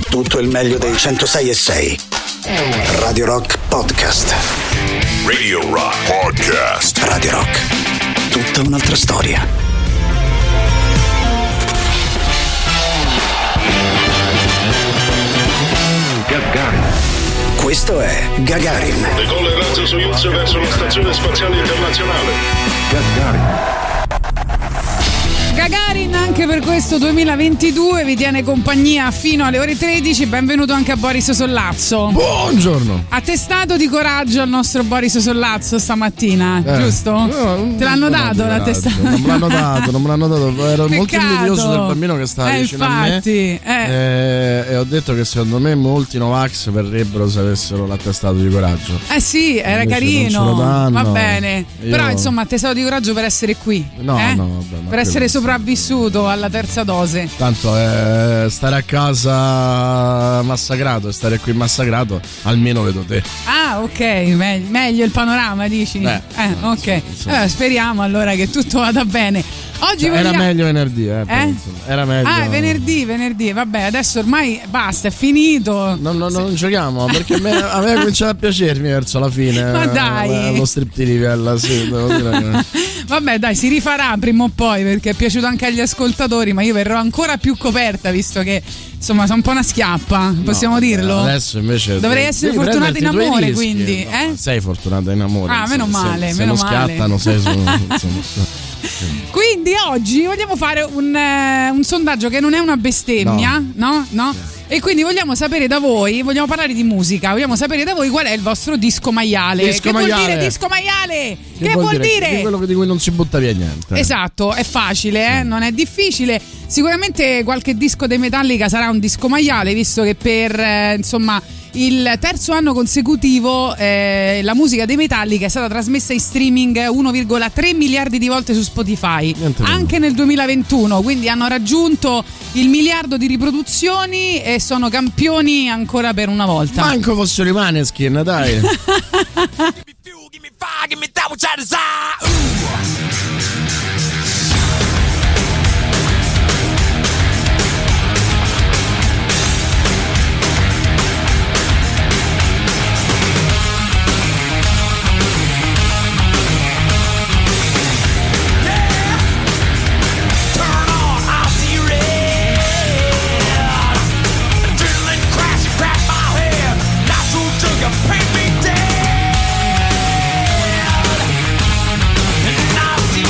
tutto il meglio dei 106.6. Radio Rock Podcast. Radio Rock Podcast. Radio Rock, tutta un'altra storia. Gagarin. Questo è Gagarin. Decolla il razzo Soyuz verso la stazione spaziale internazionale. Gagarin anche per questo 2022 vi tiene compagnia fino alle ore 13. Benvenuto anche a Boris Sollazzo. Buongiorno. Attestato di coraggio al nostro Boris Sollazzo stamattina, giusto? No, te l'hanno dato l'attestato? Non me l'hanno dato. Ero molto invidioso del bambino che stava vicino infatti, a me e ho detto che secondo me molti Novax verrebbero se avessero l'attestato di coraggio. Sì, era invece carino. Va bene. Io... Però insomma, attestato di coraggio per essere qui. Vabbè, per essere sopravvissuto alla terza dose. Tanto stare a casa massacrato e stare qui massacrato, almeno vedo te. Ah, ok, meglio il panorama, dici? Ok. Speriamo allora che tutto vada bene. Oggi era meglio venerdì, era meglio. Venerdì, vabbè, adesso ormai basta, è finito. Non giochiamo, perché a me comincia a piacermi verso la fine. Ma dai, lo strip di livella, sì, devo dire. Vabbè, dai, si rifarà prima o poi, perché è piaciuto anche agli ascoltatori, ma io verrò ancora più coperta, visto che insomma sono un po' una schiappa, possiamo dirlo? Adesso invece dovrei essere fortunata in amore, quindi sei fortunata in amore. Meno male, se non schiattano sei Quindi oggi vogliamo fare un sondaggio che non è una bestemmia, no? E quindi vogliamo sapere da voi, vogliamo parlare di musica, vogliamo sapere da voi qual è il vostro disco maiale. Vuol dire disco maiale? Che vuol dire? Quello di cui non si butta via niente. Esatto, è facile, non è difficile. Sicuramente qualche disco dei Metallica sarà un disco maiale, visto che per insomma il terzo anno consecutivo la musica dei Metallica è stata trasmessa in streaming 1,3 miliardi di volte su Spotify, anche nel 2021, quindi hanno raggiunto il miliardo di riproduzioni e sono campioni ancora per una volta. Manco fossero i Maneskin, dai. Paint me dead, and I see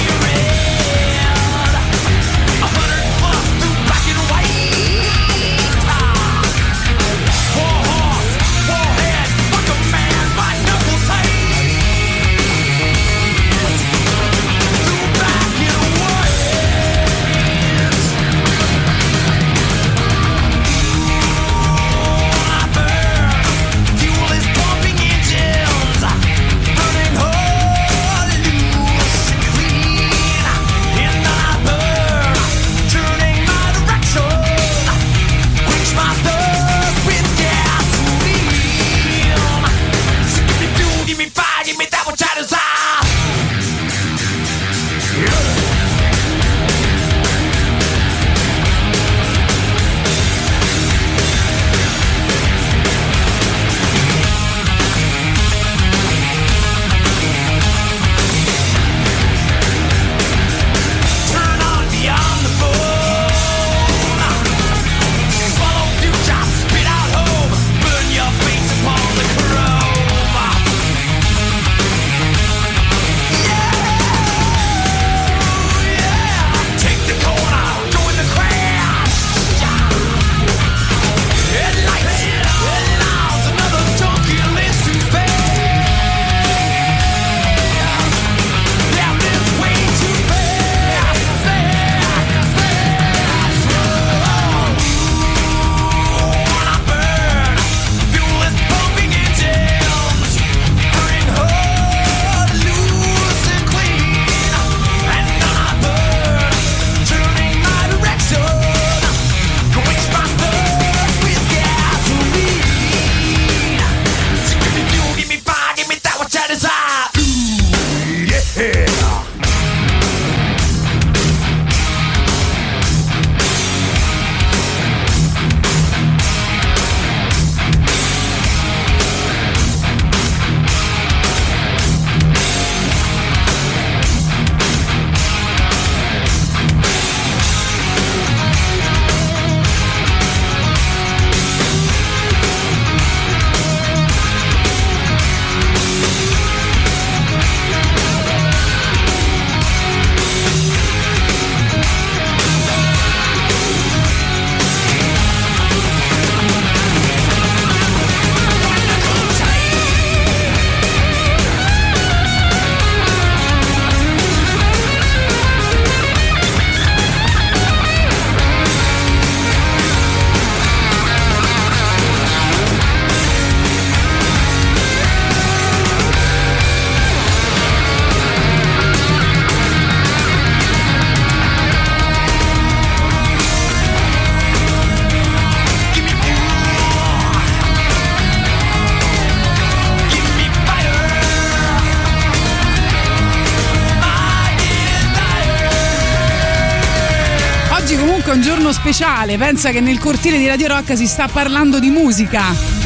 è un giorno speciale. Pensa che nel cortile di Radio Rock si sta parlando di musica.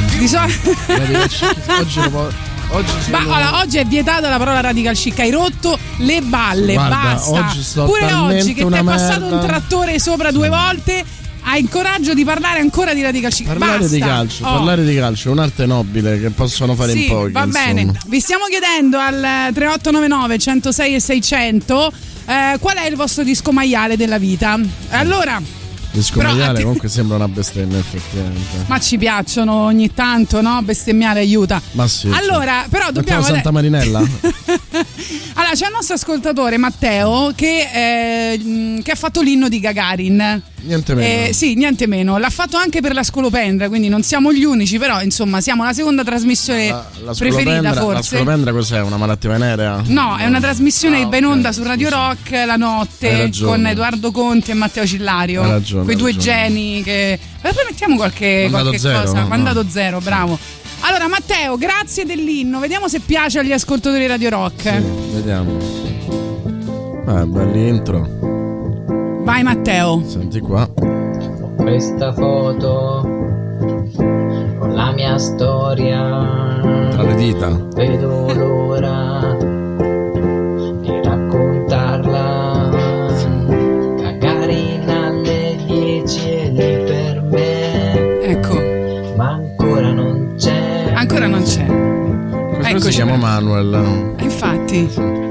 Oggi è vietata la parola radical chic. Hai rotto le balle. Guarda, basta. Oggi Pure oggi che ti è passato merda. un trattore sopra 2 volte, hai il coraggio di parlare ancora di radical chic. Parlare di calcio, parlare di calcio è un'arte nobile che possono fare in pochi. Va insomma. bene. Vi stiamo chiedendo al 3899 106 e 600 qual è il vostro disco maiale della vita. Allora, disco maiale comunque sembra una bestemmia, effettivamente. Ma ci piacciono ogni tanto, no? Bestemmiare aiuta. Ma sì. Allora, però dobbiamo. Santa Marinella? Allora, c'è il nostro ascoltatore Matteo che ha fatto l'inno di Gagarin. Niente meno. Sì, niente meno. L'ha fatto anche per la Scolopendra, quindi non siamo gli unici, però insomma siamo la seconda trasmissione la preferita forse. La Scolopendra cos'è? Una malattia venerea? No, è una trasmissione che va in onda su Radio Rock la notte con Edoardo Conti e Matteo Cillario. Hai ragione, quei due geni che. Poi mettiamo qualche cosa. Mandato zero, bravo. Allora Matteo, grazie dell'inno. Vediamo se piace agli ascoltatori di Radio Rock. Sì, vediamo. Bell'intro. Vai Matteo. Senti qua. Questa foto con la mia storia tra le dita. Vedo l'ora di raccontarla. Gagarin alle 10 è lì per me. Ecco. Ma ancora non c'è. Ancora non c'è. Questo si chiama Manuel. Infatti.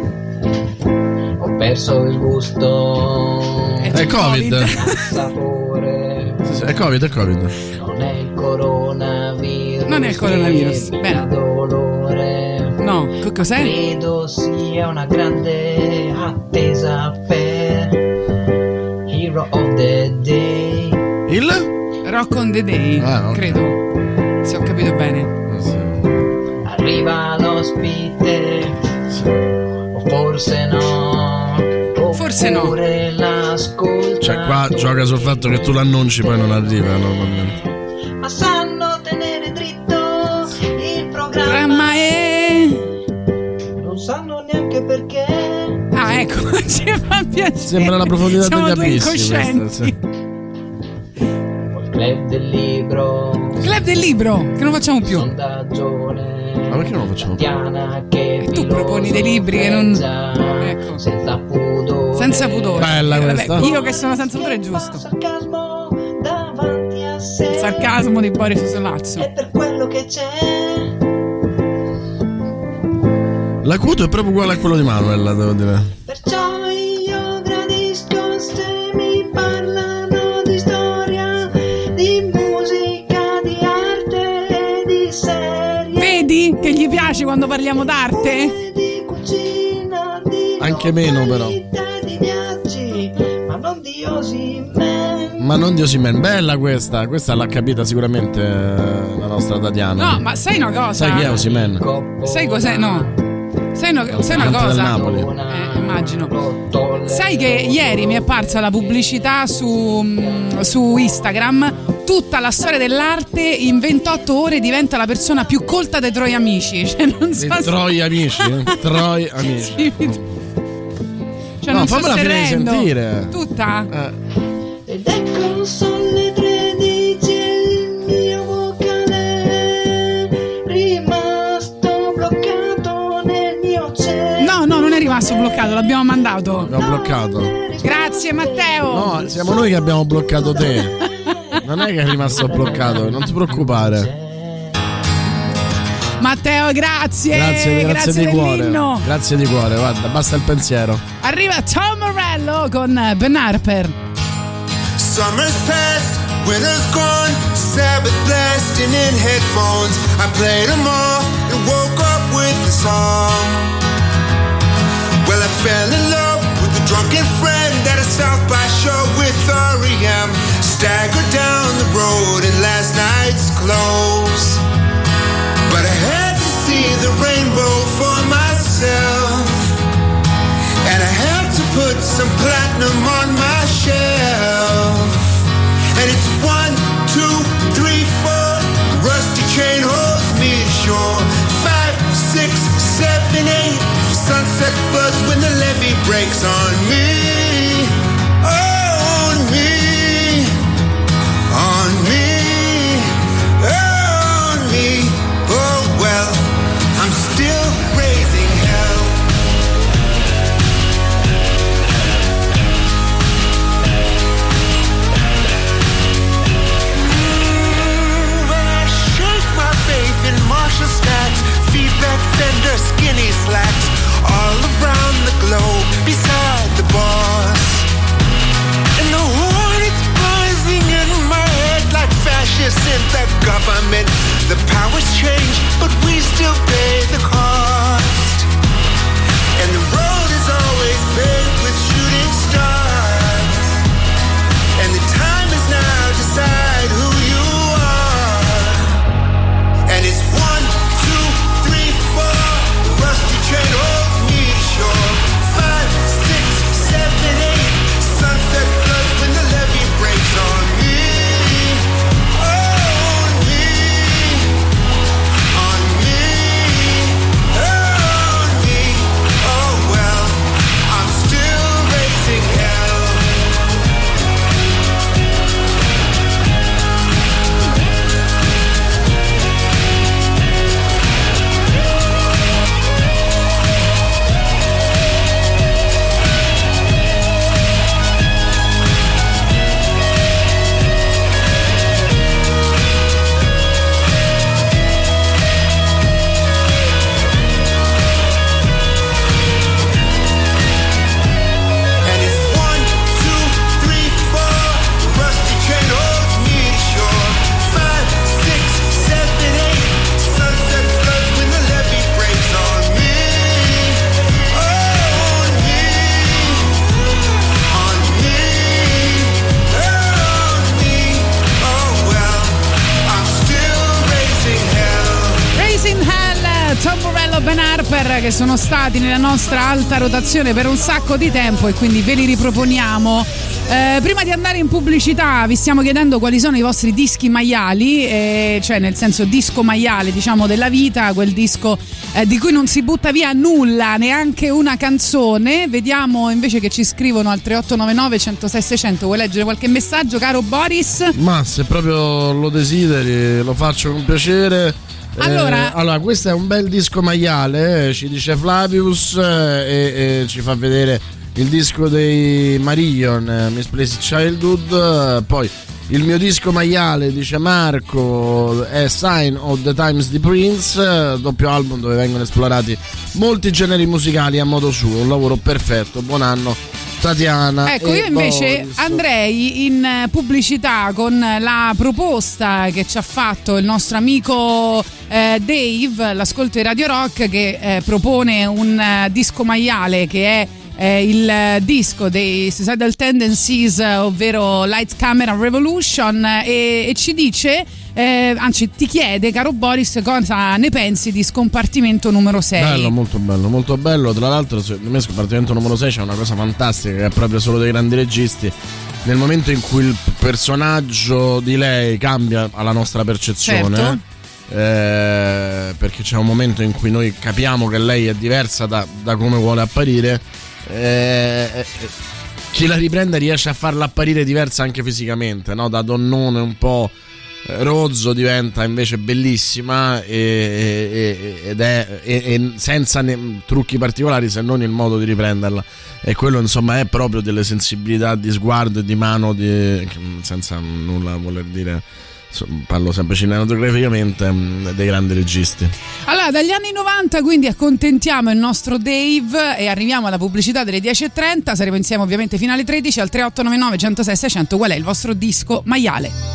Ho perso il gusto. È Covid. Il sapore. Sì, è Covid. Non è il coronavirus. Non è il coronavirus. Bene. Dolore. No, cos'è? Credo sia una grande attesa per Hero of the Day. Il? Rock on the Day, okay. Credo. Se ho capito bene. Sì. Arriva l'ospite. Sì. O forse no. Forse no. Cioè qua gioca sul fatto che tu l'annunci poi non arriva normalmente. Ma sanno tenere dritto il programma è. Non sanno neanche perché. Ah ecco, ci fa piacere. Sembra la profondità siamo degli due abissi incoscienti. Il club del libro. Club del libro, che non facciamo più. Sondaggione. Ma perché non lo facciamo più? Che tu proponi dei libri che non. Ecco. Senza pudore. Senza pudore. Bella questa. Vabbè, io che sono senza pudore è giusto. Sarcasmo davanti a sé. Il sarcasmo di Boris Solazzo. È per quello che c'è. L'acuto è proprio uguale a quello di Manuel, devo dire. Perciò io gradisco se mi parlano di storia, di musica, di arte e di serie. Vedi che gli piace quando parliamo d'arte? Di cucina, di anche meno però. Di viaggi, ma non di Osimhen. Ma non di Osimhen. Bella questa l'ha capita sicuramente la nostra Tatiana. No, ma sai una cosa? Sai chi è Osimhen? Sai cos'è? No. Sai una cosa? Del Napoli. Immagino. Sai che ieri mi è apparsa la pubblicità su Instagram. Tutta la storia dell'arte in 28 ore diventa la persona più colta dei tuoi amici. Cioè non so Troi amici. Troi amici. Sì. Cioè, no, non fammela finire di sentire. Tutta? Ed ecco sono le 13 e il mio vocale è rimasto bloccato nel mio cielo. No, non è rimasto bloccato, l'abbiamo mandato. L'abbiamo bloccato. Grazie Matteo. No, siamo noi che abbiamo bloccato te. Non è che è rimasto bloccato, non ti preoccupare. Matteo, grazie di dell'inno. cuore. Grazie di cuore, guarda, basta il pensiero. Arriva Tom Morello con Ben Harper. Summer's past, winter's gone, Sabbath blasting in headphones. I played them all and woke up with a song. Well, I fell in love with a drunken friend at a South by show with R.E.M. Staggered down the road in last night's clothes. But I had to see the rainbow for myself, and I had to put some platinum on my shelf. And it's 1, 2, 3, 4, rusty chain holds me ashore. 5, 6, 7, 8, sunset floods when the levee breaks on me. On me. and the government. The powers change, but we still pay the cost. And the road is always paved with shooting stars. And the time is now to decide who you are. And it's 1, 2, 3, 4. The rusty train holds me to shore. 5, 6, 7, 8. Sunset floods when the levee breaks on me. On me. On me. On me. Oh well, I'm still raising hell. And it's 1, 2, 3, 4. The rusty train holds me to shore. 5, 6, 7, 8. Sunset floods when the levee breaks on me. On me. On me. On me. Oh well, I'm still raising hell. Raising Hell, Tom Morello, Ben Harper, che sono stati nella nostra alta rotazione per un sacco di tempo e quindi ve li riproponiamo. Prima di andare in pubblicità vi stiamo chiedendo quali sono i vostri dischi maiali, cioè nel senso disco maiale, diciamo, della vita, quel disco di cui non si butta via nulla, neanche una canzone. Vediamo invece che ci scrivono al 3899 106 600. Vuoi leggere qualche messaggio, caro Boris? Ma se proprio lo desideri, lo faccio con piacere. Allora, questo è un bel disco maiale, ci dice Flavius, e ci fa vedere il disco dei Marillion, Misplaced Childhood. Poi il mio disco maiale, dice Marco, è Sign of the Times di Prince, doppio album dove vengono esplorati molti generi musicali a modo suo, un lavoro perfetto. Buon anno Tatiana. Ecco, io invece Boris. andrei in pubblicità con la proposta che ci ha fatto il nostro amico Dave, l'ascolto di Radio Rock, che propone un disco maiale che è il disco dei Suicidal Tendencies, ovvero Lights Camera Revolution, e ci dice, anzi ti chiede, caro Boris, cosa ne pensi di Scompartimento numero 6. Bello, molto bello, molto bello. Tra l'altro, secondo me Scompartimento numero 6 c'è una cosa fantastica, che è proprio solo dei grandi registi. Nel momento in cui il personaggio di lei cambia alla nostra percezione, certo. Perché c'è un momento in cui noi capiamo che lei è diversa da come vuole apparire, chi la riprende riesce a farla apparire diversa anche fisicamente, no? Da donnone un po' rozzo diventa invece bellissima, ed è senza trucchi particolari, se non il modo di riprenderla. E quello insomma è proprio delle sensibilità di sguardo e di mano, senza nulla voler dire, parlo sempre cinematograficamente, dei grandi registi. Allora, dagli anni 90 quindi accontentiamo il nostro Dave e arriviamo alla pubblicità delle 10.30. Saremo insieme ovviamente fino alle 13 al 3899 106 600. Qual è il vostro disco maiale?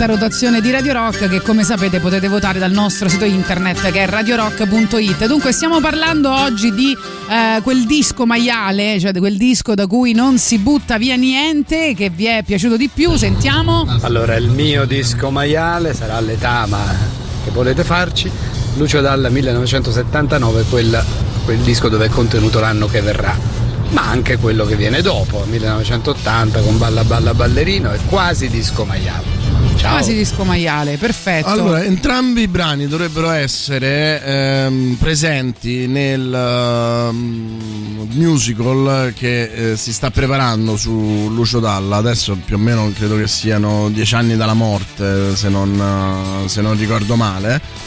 questa rotazione di Radio Rock, che come sapete potete votare dal nostro sito internet, che è radiorock.it. Dunque stiamo parlando oggi di quel disco maiale, cioè di quel disco da cui non si butta via niente, che vi è piaciuto di più. Sentiamo. Allora, il mio disco maiale sarà l'età, ma che volete farci? Lucio Dalla 1979, quel disco dove è contenuto l'anno che verrà, ma anche quello che viene dopo, 1980 con Balla Balla Ballerino, è quasi disco maiale. Ciao. Quasi disco maiale, perfetto. Allora, entrambi i brani dovrebbero essere presenti nel musical che si sta preparando su Lucio Dalla. Adesso più o meno credo che siano 10 anni dalla morte, se non ricordo male.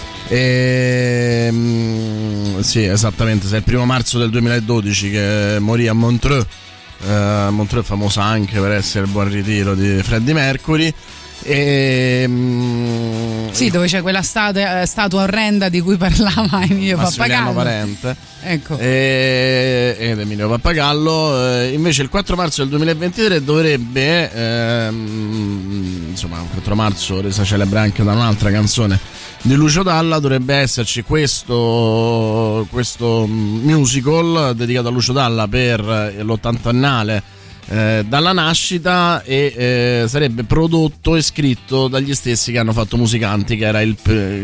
Sì, esattamente, se è il 1 marzo del 2012 che morì a Montreux. Montreux è famosa anche per essere il buon ritiro di Freddie Mercury. Sì, dove c'è quella statua orrenda di cui parlava Emilio Pappagallo. Parente. Ecco. Ed Emilio Pappagallo. Invece il 4 marzo del 2023 dovrebbe, insomma, il 4 marzo resa celebre anche da un'altra canzone di Lucio Dalla, dovrebbe esserci questo musical dedicato a Lucio Dalla per l'80ennale dalla nascita, e sarebbe prodotto e scritto dagli stessi che hanno fatto Musicanti, che era il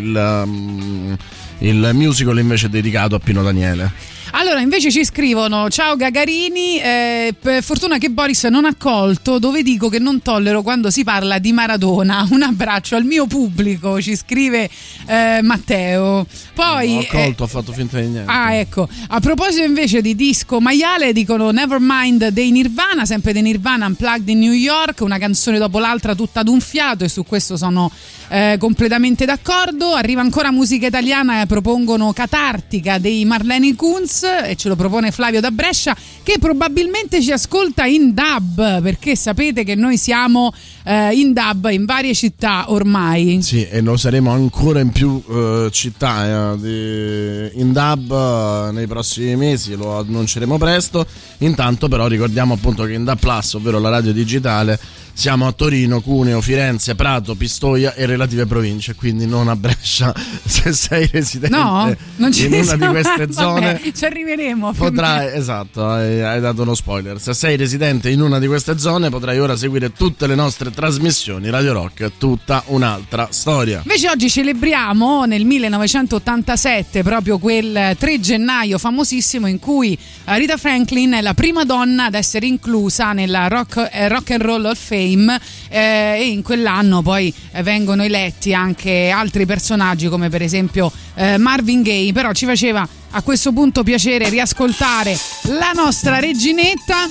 musical invece dedicato a Pino Daniele. Allora, invece ci scrivono: ciao Gagarini, per fortuna che Boris non ha colto dove dico che non tollero quando si parla di Maradona. Un abbraccio al mio pubblico, ci scrive Matteo. Poi ho colto, ho fatto finta di niente. Ah, ecco, a proposito invece di disco maiale, dicono Nevermind dei Nirvana, sempre dei Nirvana, Unplugged in New York, una canzone dopo l'altra tutta ad un fiato, e su questo sono completamente d'accordo. Arriva ancora musica italiana, propongono Catartica dei Marlene Kunz, e ce lo propone Flavio da Brescia, che probabilmente ci ascolta in DAB, perché sapete che noi siamo in DAB in varie città ormai. Sì, e lo saremo ancora in più città in DAB nei prossimi mesi, lo annunceremo presto. Intanto però ricordiamo appunto che in DAB Plus, ovvero la radio digitale, siamo a Torino, Cuneo, Firenze, Prato, Pistoia e relative province, quindi non a Brescia. Se sei residente in una di queste zone, ci arriveremo. Potrai, esatto, hai dato uno spoiler. Se sei residente in una di queste zone, potrai ora seguire tutte le nostre trasmissioni Radio Rock, tutta un'altra storia. Invece oggi celebriamo nel 1987, proprio quel 3 gennaio famosissimo, in cui Rita Franklin è la prima donna ad essere inclusa nella Rock and Roll of Fame, e in quell'anno poi vengono eletti anche altri personaggi come per esempio Marvin Gaye. Però ci faceva a questo punto piacere riascoltare la nostra reginetta.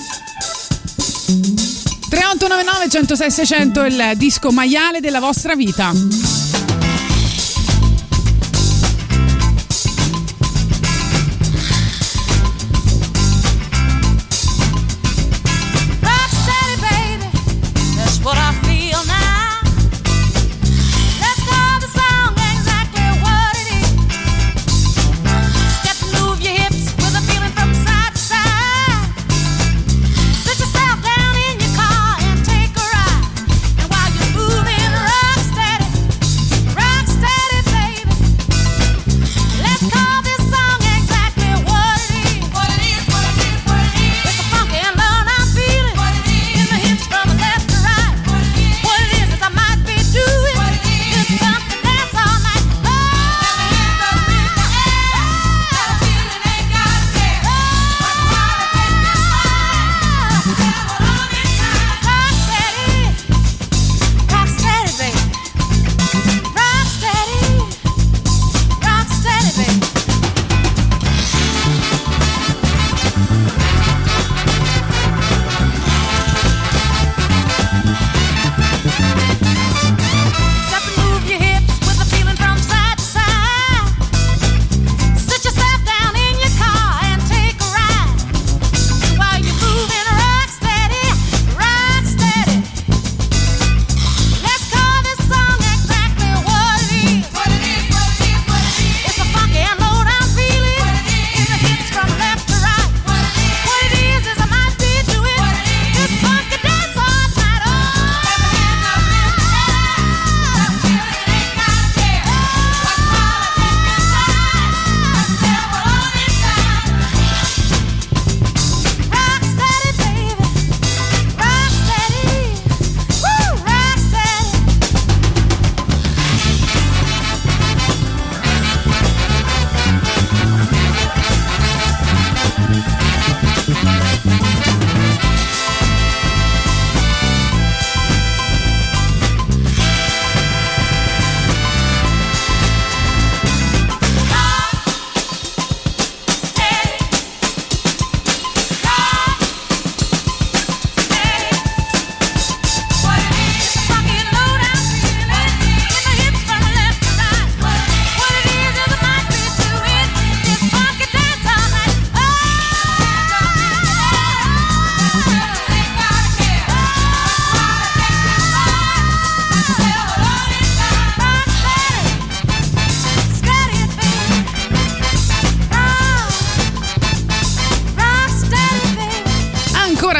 3899 106 600, il disco maiale della vostra vita. Down in your car and take a ride, and while you're moving rock steady,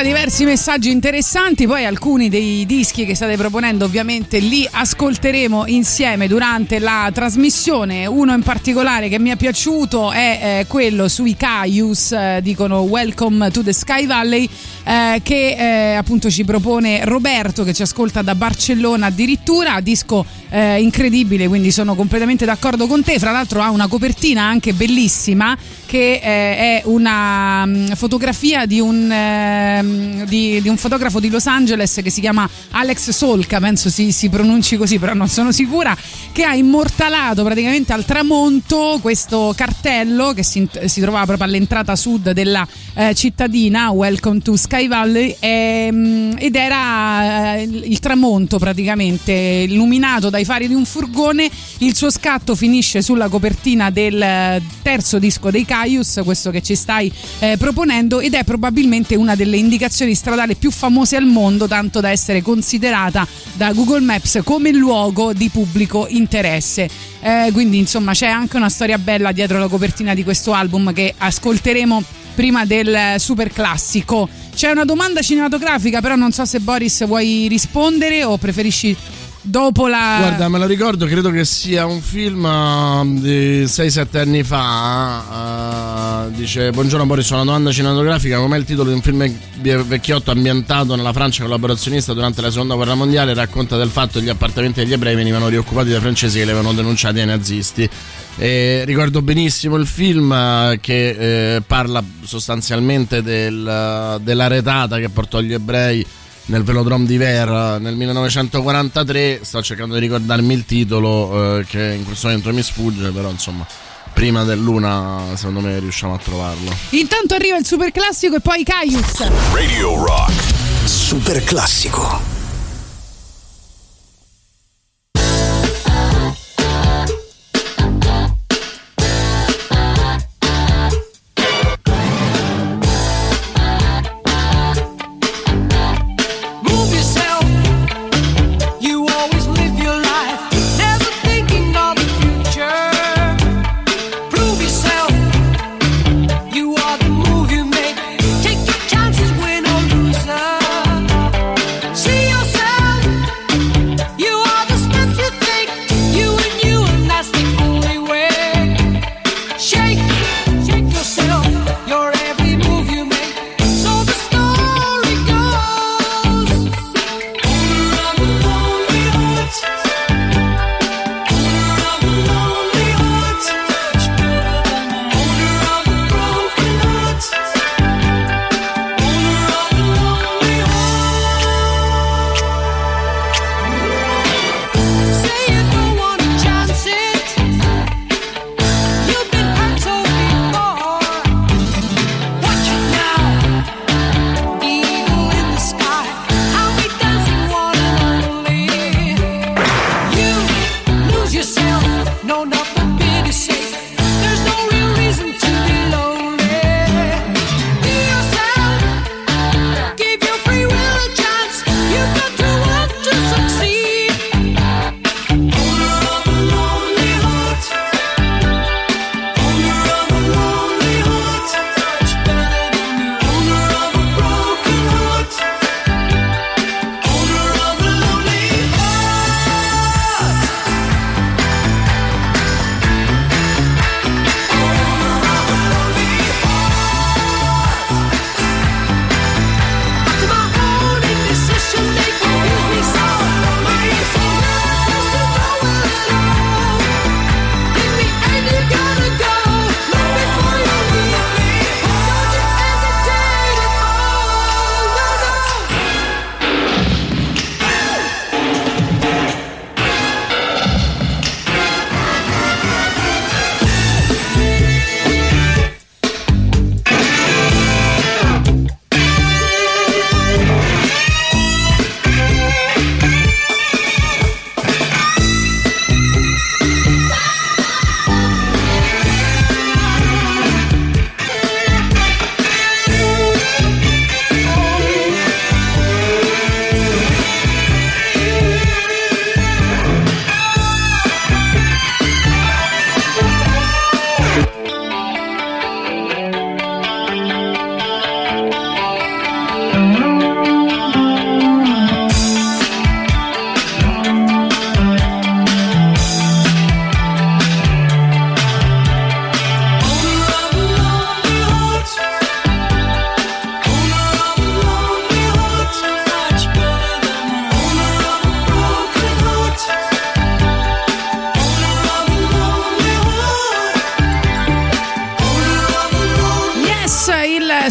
diversi messaggi interessanti, poi alcuni dei dischi che state proponendo ovviamente li ascolteremo insieme durante la trasmissione. Uno in particolare che mi è piaciuto è quello sui Caius, dicono Welcome to the Sky Valley, che appunto ci propone Roberto, che ci ascolta da Barcellona addirittura. Disco incredibile, quindi sono completamente d'accordo con te. Fra l'altro ha una copertina anche bellissima, che è una fotografia di un fotografo di Los Angeles che si chiama Alex Solca, penso si pronunci così, però non sono sicura, che ha immortalato praticamente al tramonto questo cartello che si trovava proprio all'entrata sud della cittadina, Welcome to Sky Valley, ed era il tramonto praticamente illuminato dai fari di un furgone. Il suo scatto finisce sulla copertina del terzo disco dei Caius, questo che ci stai proponendo, ed è probabilmente una delle indicazioni stradali più famose al mondo, tanto da essere considerata da Google Maps come luogo di pubblico interesse. Quindi insomma c'è anche una storia bella dietro la copertina di questo album che ascolteremo prima del super classico. C'è una domanda cinematografica, però non so se Boris vuoi rispondere o preferisci dopo la... Guarda, me lo ricordo, credo che sia un film di 6-7 anni fa. Dice: buongiorno Boris, una domanda cinematografica: com'è il titolo di un film vecchiotto ambientato nella Francia collaborazionista durante la seconda guerra mondiale? Racconta del fatto che gli appartamenti degli ebrei venivano rioccupati dai francesi che li avevano denunciati ai nazisti. Ricordo benissimo il film, che parla sostanzialmente della retata che portò gli ebrei nel Velodrome di Ver nel 1943. Sto cercando di ricordarmi il titolo, che in questo momento mi sfugge, però insomma prima dell'una secondo me riusciamo a trovarlo. Intanto arriva il super classico e poi i Caius. Radio Rock Super classico.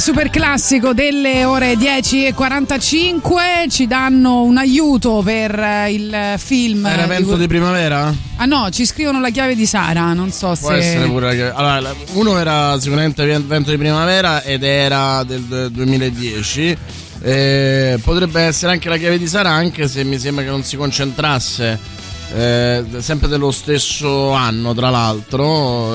super classico delle ore 10:45, ci danno un aiuto per il film. Era Vento di primavera? Ah no, ci scrivono La chiave di Sara, non so Può se... essere pure la chiave. Allora, uno era sicuramente Vento di primavera ed era del 2010. Potrebbe essere anche La chiave di Sara, anche se mi sembra che non si concentrasse, sempre dello stesso anno tra l'altro,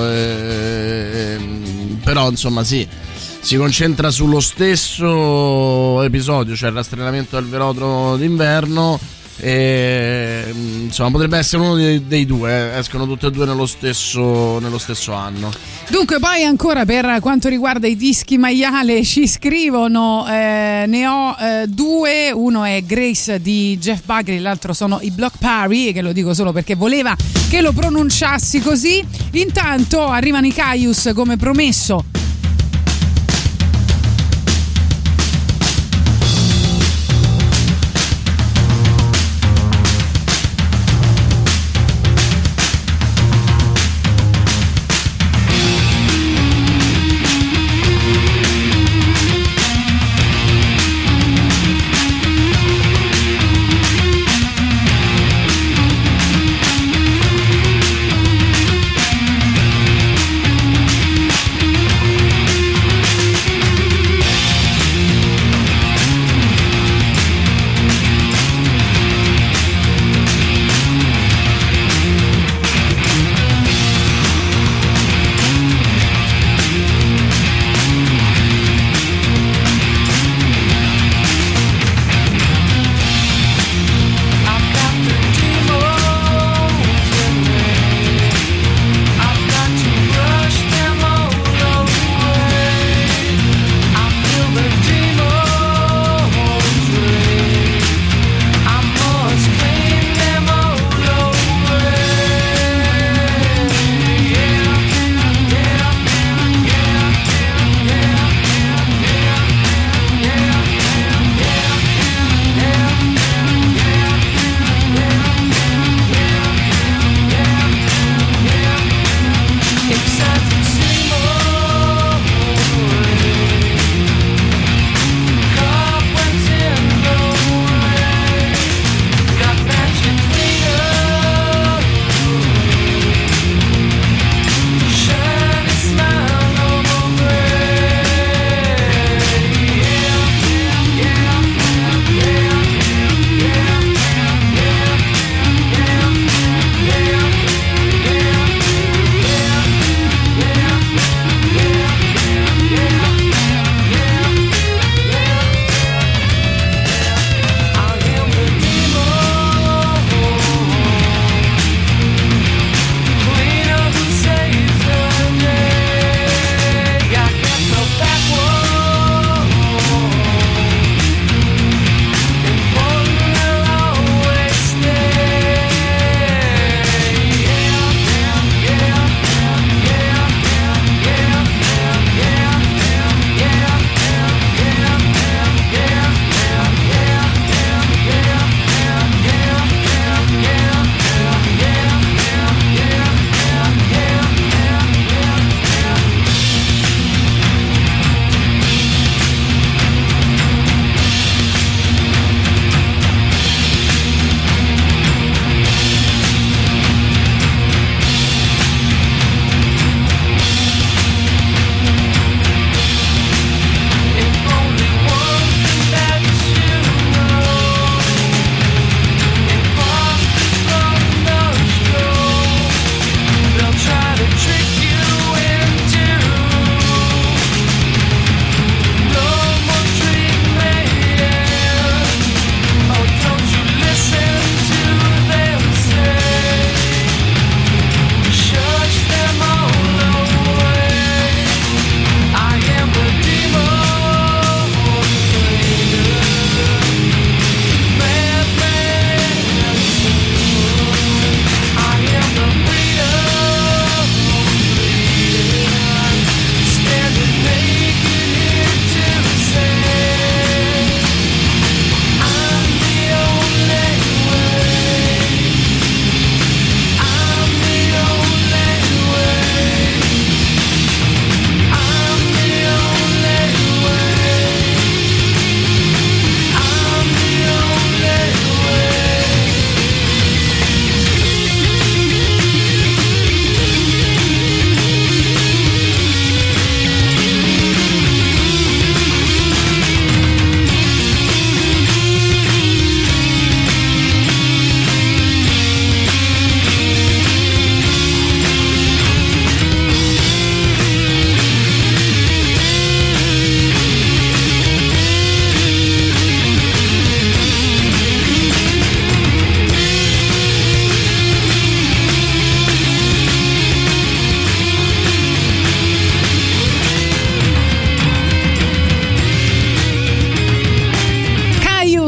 però insomma sì, si concentra sullo stesso episodio, cioè il rastrellamento del velodromo d'inverno, e insomma potrebbe essere uno dei due, escono tutti e due nello stesso anno. Dunque, poi ancora per quanto riguarda i dischi maiale ci scrivono, ne ho due, uno è Grace di Jeff Buckley, l'altro sono i Block Party, che lo dico solo perché voleva che lo pronunciassi così. Intanto arrivano i Caius come promesso.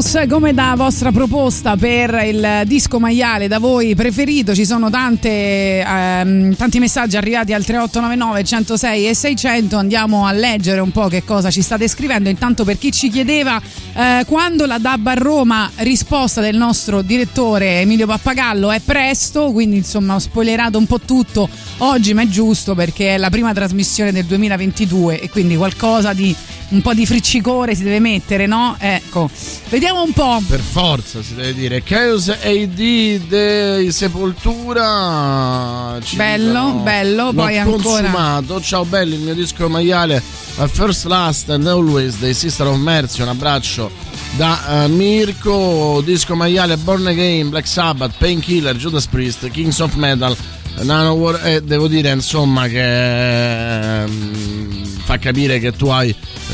Beatles come da vostra proposta per il disco maiale da voi preferito. Ci sono tanti messaggi arrivati al 3899 106 e 600. Andiamo a leggere un po' che cosa ci state scrivendo. Intanto, per chi ci chiedeva quando la DAB a Roma, risposta del nostro direttore Emilio Pappagallo: è presto, quindi insomma ho spoilerato un po' tutto oggi, ma è giusto perché è la prima trasmissione del 2022 e quindi qualcosa di un po' di friccicore si deve mettere, no? Ecco, vediamo un po'. Per forza si deve dire Chaos AD dei Sepoltura. Bello, poi ancora consumato. Ciao belli, il mio disco maiale First, Last and Always dei Sister of Mercy. Un abbraccio da Mirko. Disco maiale Born Again, Black Sabbath, Painkiller, Judas Priest, Kings of Metal, Nanowar, e devo dire insomma che fa capire che tu hai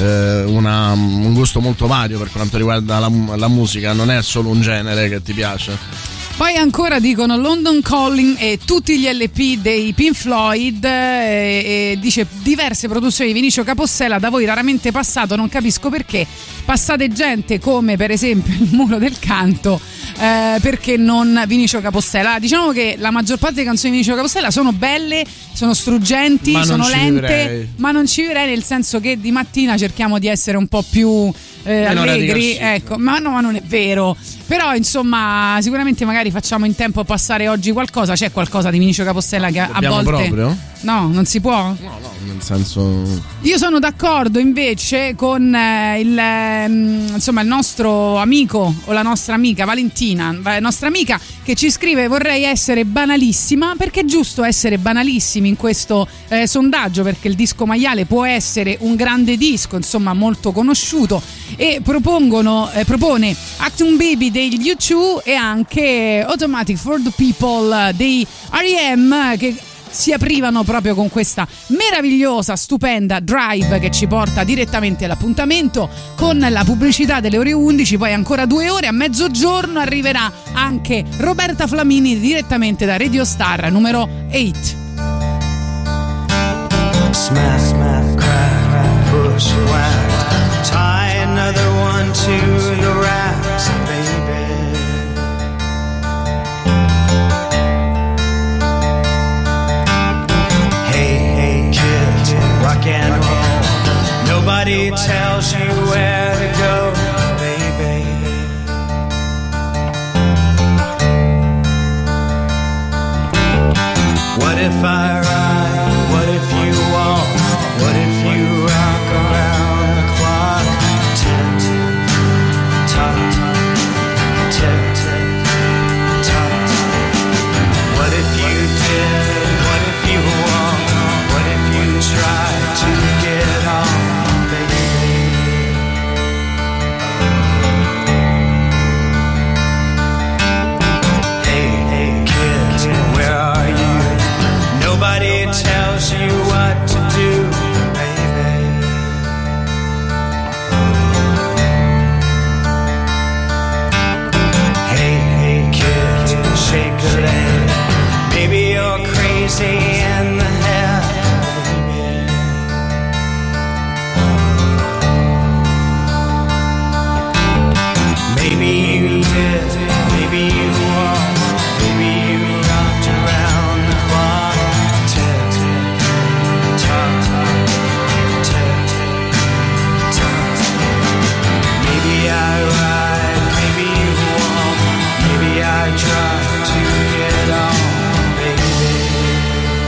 un gusto molto vario per quanto riguarda la musica, non è solo un genere che ti piace. Poi ancora dicono London Calling e tutti gli LP dei Pink Floyd, e dice diverse produzioni di Vinicio Capossela da voi raramente passato, non capisco perché passate gente come per esempio Il Muro del Canto, perché non Vinicio Capossela. Diciamo che la maggior parte delle canzoni di Vinicio Capossela sono belle, sono struggenti, sono lente, ma non ci vivrei, nel senso che di mattina cerchiamo di essere un po' più allegri, ecco, ma non è vero. Però insomma sicuramente magari facciamo in tempo a passare oggi qualcosa. C'è qualcosa di Vinicio Capossela che dobbiamo a volte proprio? No, non si può? No, nel senso, io sono d'accordo invece con il nostro amico o la nostra amica Valentina, nostra amica, che ci scrive: vorrei essere banalissima, perché è giusto essere banalissimi in questo sondaggio, perché il disco maiale può essere un grande disco, insomma molto conosciuto, e propone Actum Baby degli U2 e anche Automatic for the People dei R.E.M., che si aprivano proprio con questa meravigliosa, stupenda Drive che ci porta direttamente all'appuntamento con la pubblicità delle ore 11. Poi ancora 2 ore, a mezzogiorno arriverà anche Roberta Flamini direttamente da Radio Star numero 8. Smack, smack, crack, push, whack, tie another one to the racks, baby. Hey, kid, rock and roll. Nobody tells you where to go, baby. What if I ride? What if you walk? What if you rock around the clock? Tick, tock, tick, tock. What if you did? What if you walk? What if you tried to get on, baby? Hey, kid, where are you? Nobody tells you what to do, baby. Hey, kid, shake a leg. Maybe you're crazy in the head, baby. Maybe you did, maybe you won't. Maybe you rocked around the clock. Tick, tock, tick, tock. Maybe I ride, maybe you won't. Maybe I try to get on, baby.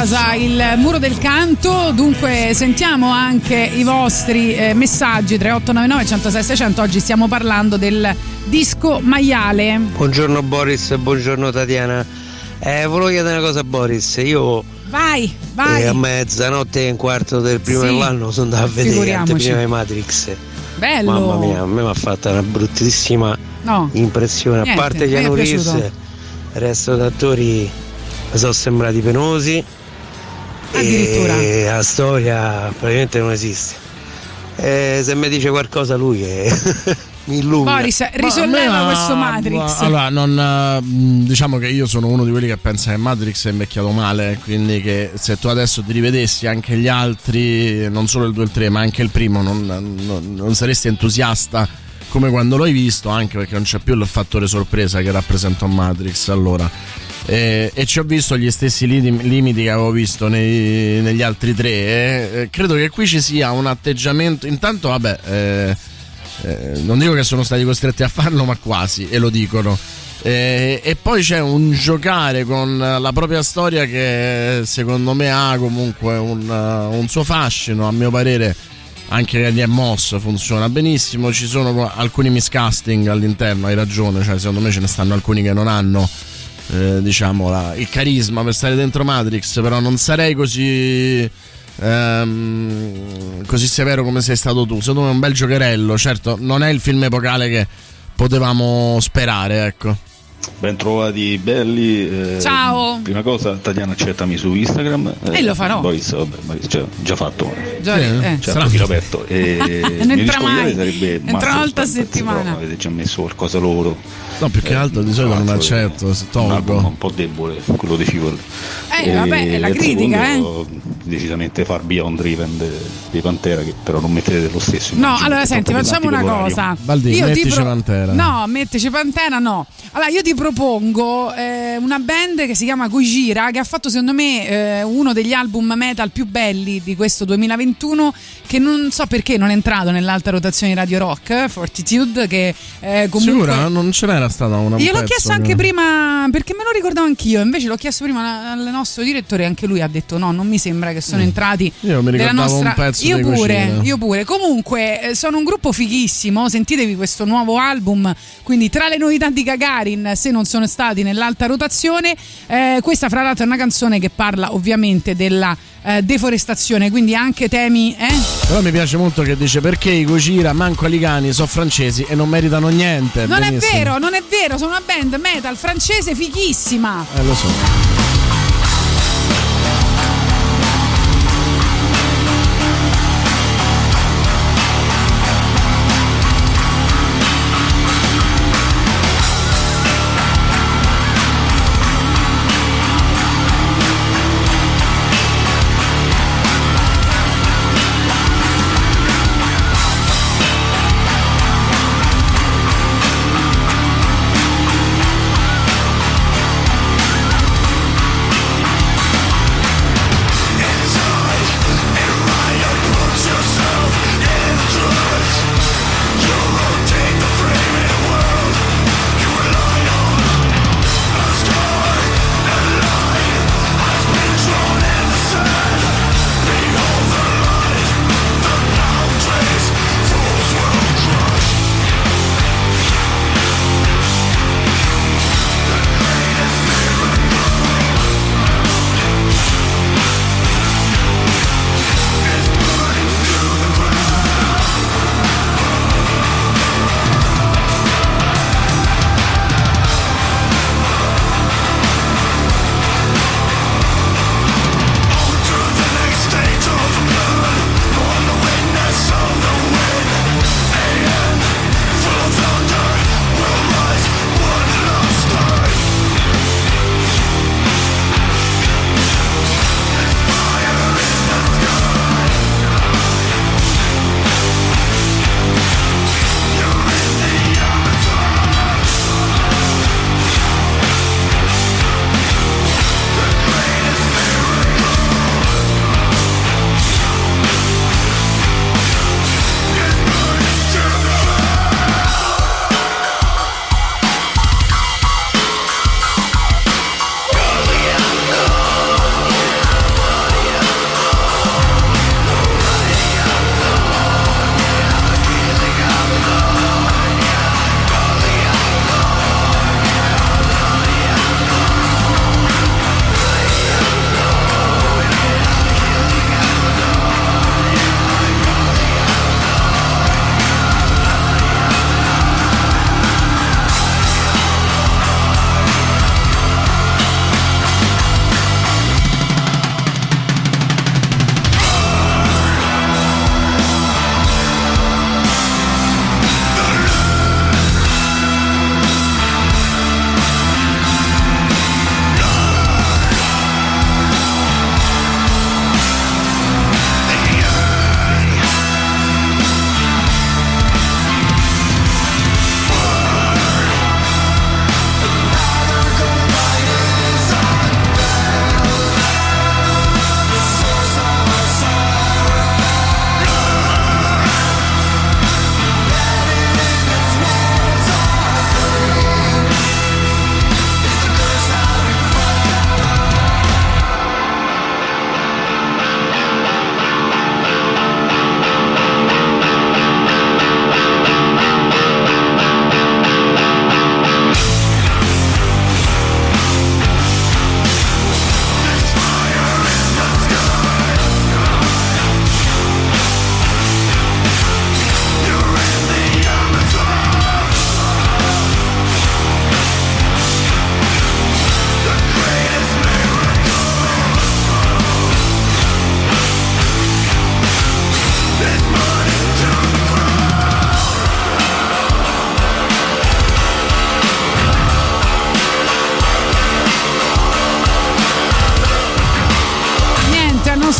rasa il muro del canto, dunque sentiamo anche i vostri messaggi 3899 106 600. Oggi stiamo parlando del disco maiale. Buongiorno Boris, buongiorno Tatiana. Volevo chiedere una cosa a Boris. Io vai a mezzanotte e un quarto del primo dell'anno sono andato a vedere l'anteprima di Matrix. Bello. Mamma mia, a me mi ha fatto una bruttissima impressione. Niente, A parte Keanu Reeves, il resto di attori mi sono sembrati penosi. Addirittura. E la storia praticamente non esiste. Se mi dice qualcosa lui che mi illumina. Boris, risolleva questo Matrix. Allora, diciamo che io sono uno di quelli che pensa che Matrix è invecchiato male, quindi che se tu adesso ti rivedessi anche gli altri, non solo il 2 e il 3 ma anche il primo, non saresti entusiasta come quando l'hai visto, anche perché non c'è più il fattore sorpresa che rappresenta un Matrix. Allora, e ci ho visto gli stessi limiti che avevo visto negli altri tre. Credo che qui ci sia un atteggiamento, intanto vabbè, non dico che sono stati costretti a farlo, ma quasi, e lo dicono. E poi c'è un giocare con la propria storia che secondo me ha comunque un suo fascino, a mio parere. Anche di Moss funziona benissimo. Ci sono alcuni miscasting all'interno, hai ragione, cioè secondo me ce ne stanno alcuni che non hanno diciamo il carisma per stare dentro Matrix, però non sarei così severo come sei stato tu. Secondo me è un bel giocherello, certo non è il film epocale che potevamo sperare, ecco. Ben trovati belli. Ciao. Prima cosa, Tatiana, accettami su Instagram. E lo farò. Boris, vabbè, già fatto. C'è profilo aperto. Non entra mai. Sarebbe entra una volta a settimana. Avete già messo qualcosa loro? No, più che altro di solito non accetto, tolgo. Un po' debole quello dei Fever. Vabbè, è la critica, Decisamente far Beyond Driven dei Pantera, che però non mettete lo stesso. No, allora senti, facciamo una cosa. Baldi, mettici Pantera. No, mettici Pantera, no. Allora io ti propongo una band che si chiama Gojira, che ha fatto secondo me uno degli album metal più belli di questo 2021, che non so perché non è entrato nell'alta rotazione di Radio Rock, Fortitude, che comunque... Sicura? Non ce n'era stata una. Io l'ho chiesto anche prima, perché me lo ricordavo anch'io, invece l'ho chiesto prima al nostro direttore, anche lui ha detto no, non mi sembra che sono entrati. Io mi ricordavo un pezzo io pure. Comunque sono un gruppo fighissimo, sentitevi questo nuovo album, quindi tra le novità di Gagarin, se non sono stati nell'alta rotazione, questa fra l'altro è una canzone che parla ovviamente della deforestazione, quindi anche temi Però mi piace molto che dice perché i Gojira manco alicani sono francesi e non meritano niente. Non è vero, sono una band metal francese fighissima. Lo so.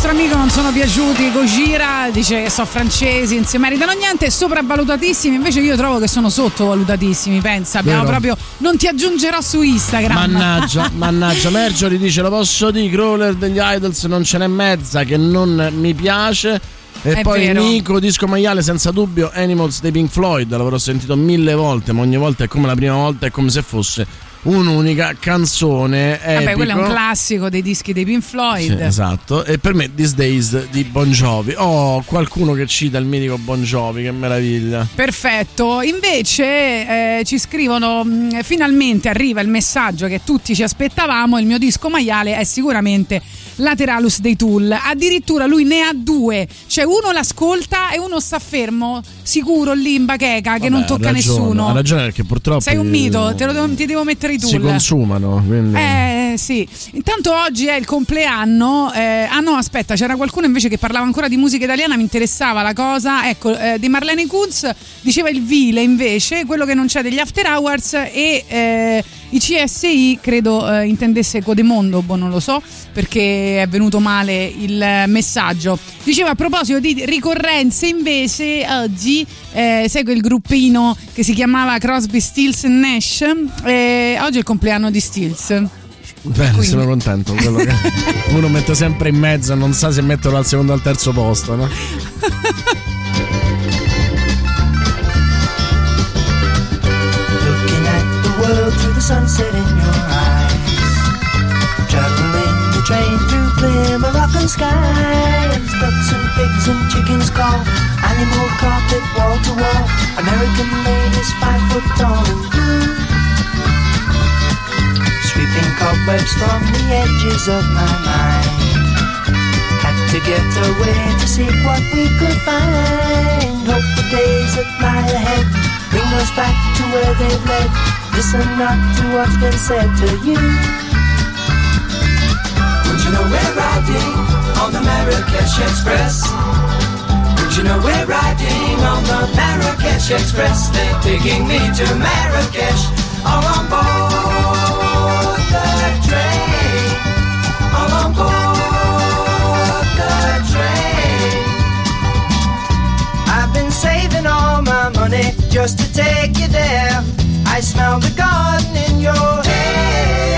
nostro amico non sono piaciuti Gojira, dice che sono francesi, non si meritano niente, sopravvalutatissimi, invece io trovo che sono sottovalutatissimi, pensa, abbiamo proprio, non ti aggiungerò su Instagram. Mannaggia, Mergioli dice, lo posso dire, Crawler degli Idols non ce n'è mezza che non mi piace. E è poi vero. Nico, disco maiale senza dubbio, Animals dei Pink Floyd, l'avrò sentito 1000 volte, ma ogni volta è come la prima volta, è come se fosse un'unica canzone. Vabbè, quello è un classico dei dischi dei Pink Floyd. Sì, esatto. E per me These Days di Bon Jovi. Qualcuno che cita il mitico Bon Jovi, che meraviglia. Perfetto. Invece ci scrivono, finalmente arriva il messaggio che tutti ci aspettavamo, il mio disco maiale è sicuramente Lateralus dei Tool. Addirittura lui ne ha due, cioè uno l'ascolta e uno sta fermo sicuro lì in bacheca, che non tocca nessuno. Ha ragione, perché purtroppo sei un mito, ti devo mettere i Tool. Si consumano, quindi. Sì. Intanto oggi è il compleanno. No, aspetta, c'era qualcuno invece che parlava ancora di musica italiana, mi interessava la cosa. Ecco, di Marlene Kunz diceva il Vile invece, quello che non c'è degli After Hours, e i CSI credo intendesse Codemondo, non lo so, perché è venuto male il messaggio. Diceva, a proposito di ricorrenze invece, oggi segue il gruppino che si chiamava Crosby, Stills Nash, oggi è il compleanno di Stills. Bene, quindi sono contento, quello che uno mette sempre in mezzo e non sa se metterlo al secondo o al terzo posto, no? Looking at the world through the sunset in your eyes, traveling the train through clear Moroccan skies, ducks and pigs and chickens call, animal carpet wall to wall, American ladies 5 foot tall and blue, sweeping cobwebs from the edges of my mind. Had to get away to see what we could find. Hope the days that lie ahead bring us back to where they've led. Listen not to what's been said to you. Don't you know we're riding on the Marrakesh Express? Don't you know we're riding on the Marrakesh Express? They're taking me to Marrakesh, all on board the train, all on board the train. I've been saving all my money just to take you there. I smell the garden in your hair.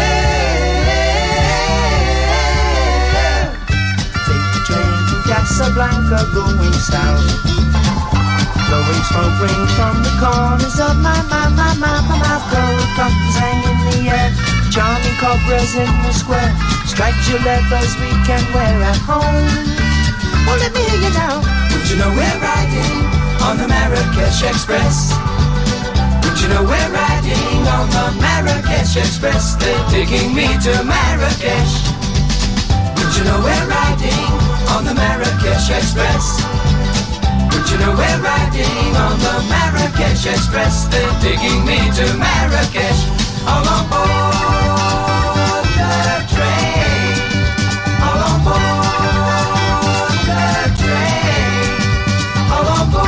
Take the train to Casablanca going south, blowing smoke rings from the corners of my mouth. Gold buttons hang in the air, charming cobras in the square, striped leathers we can wear at home. Well, let me hear you now. Would you know we're riding on the Marrakesh Express? Would you know we're riding on the Marrakesh Express? They're taking me to Marrakesh. Would you know we're riding on the Marrakesh Express? Would you know we're riding on the Marrakesh Express? They're taking me to Marrakesh, all on board the train, all on board the train, all on board.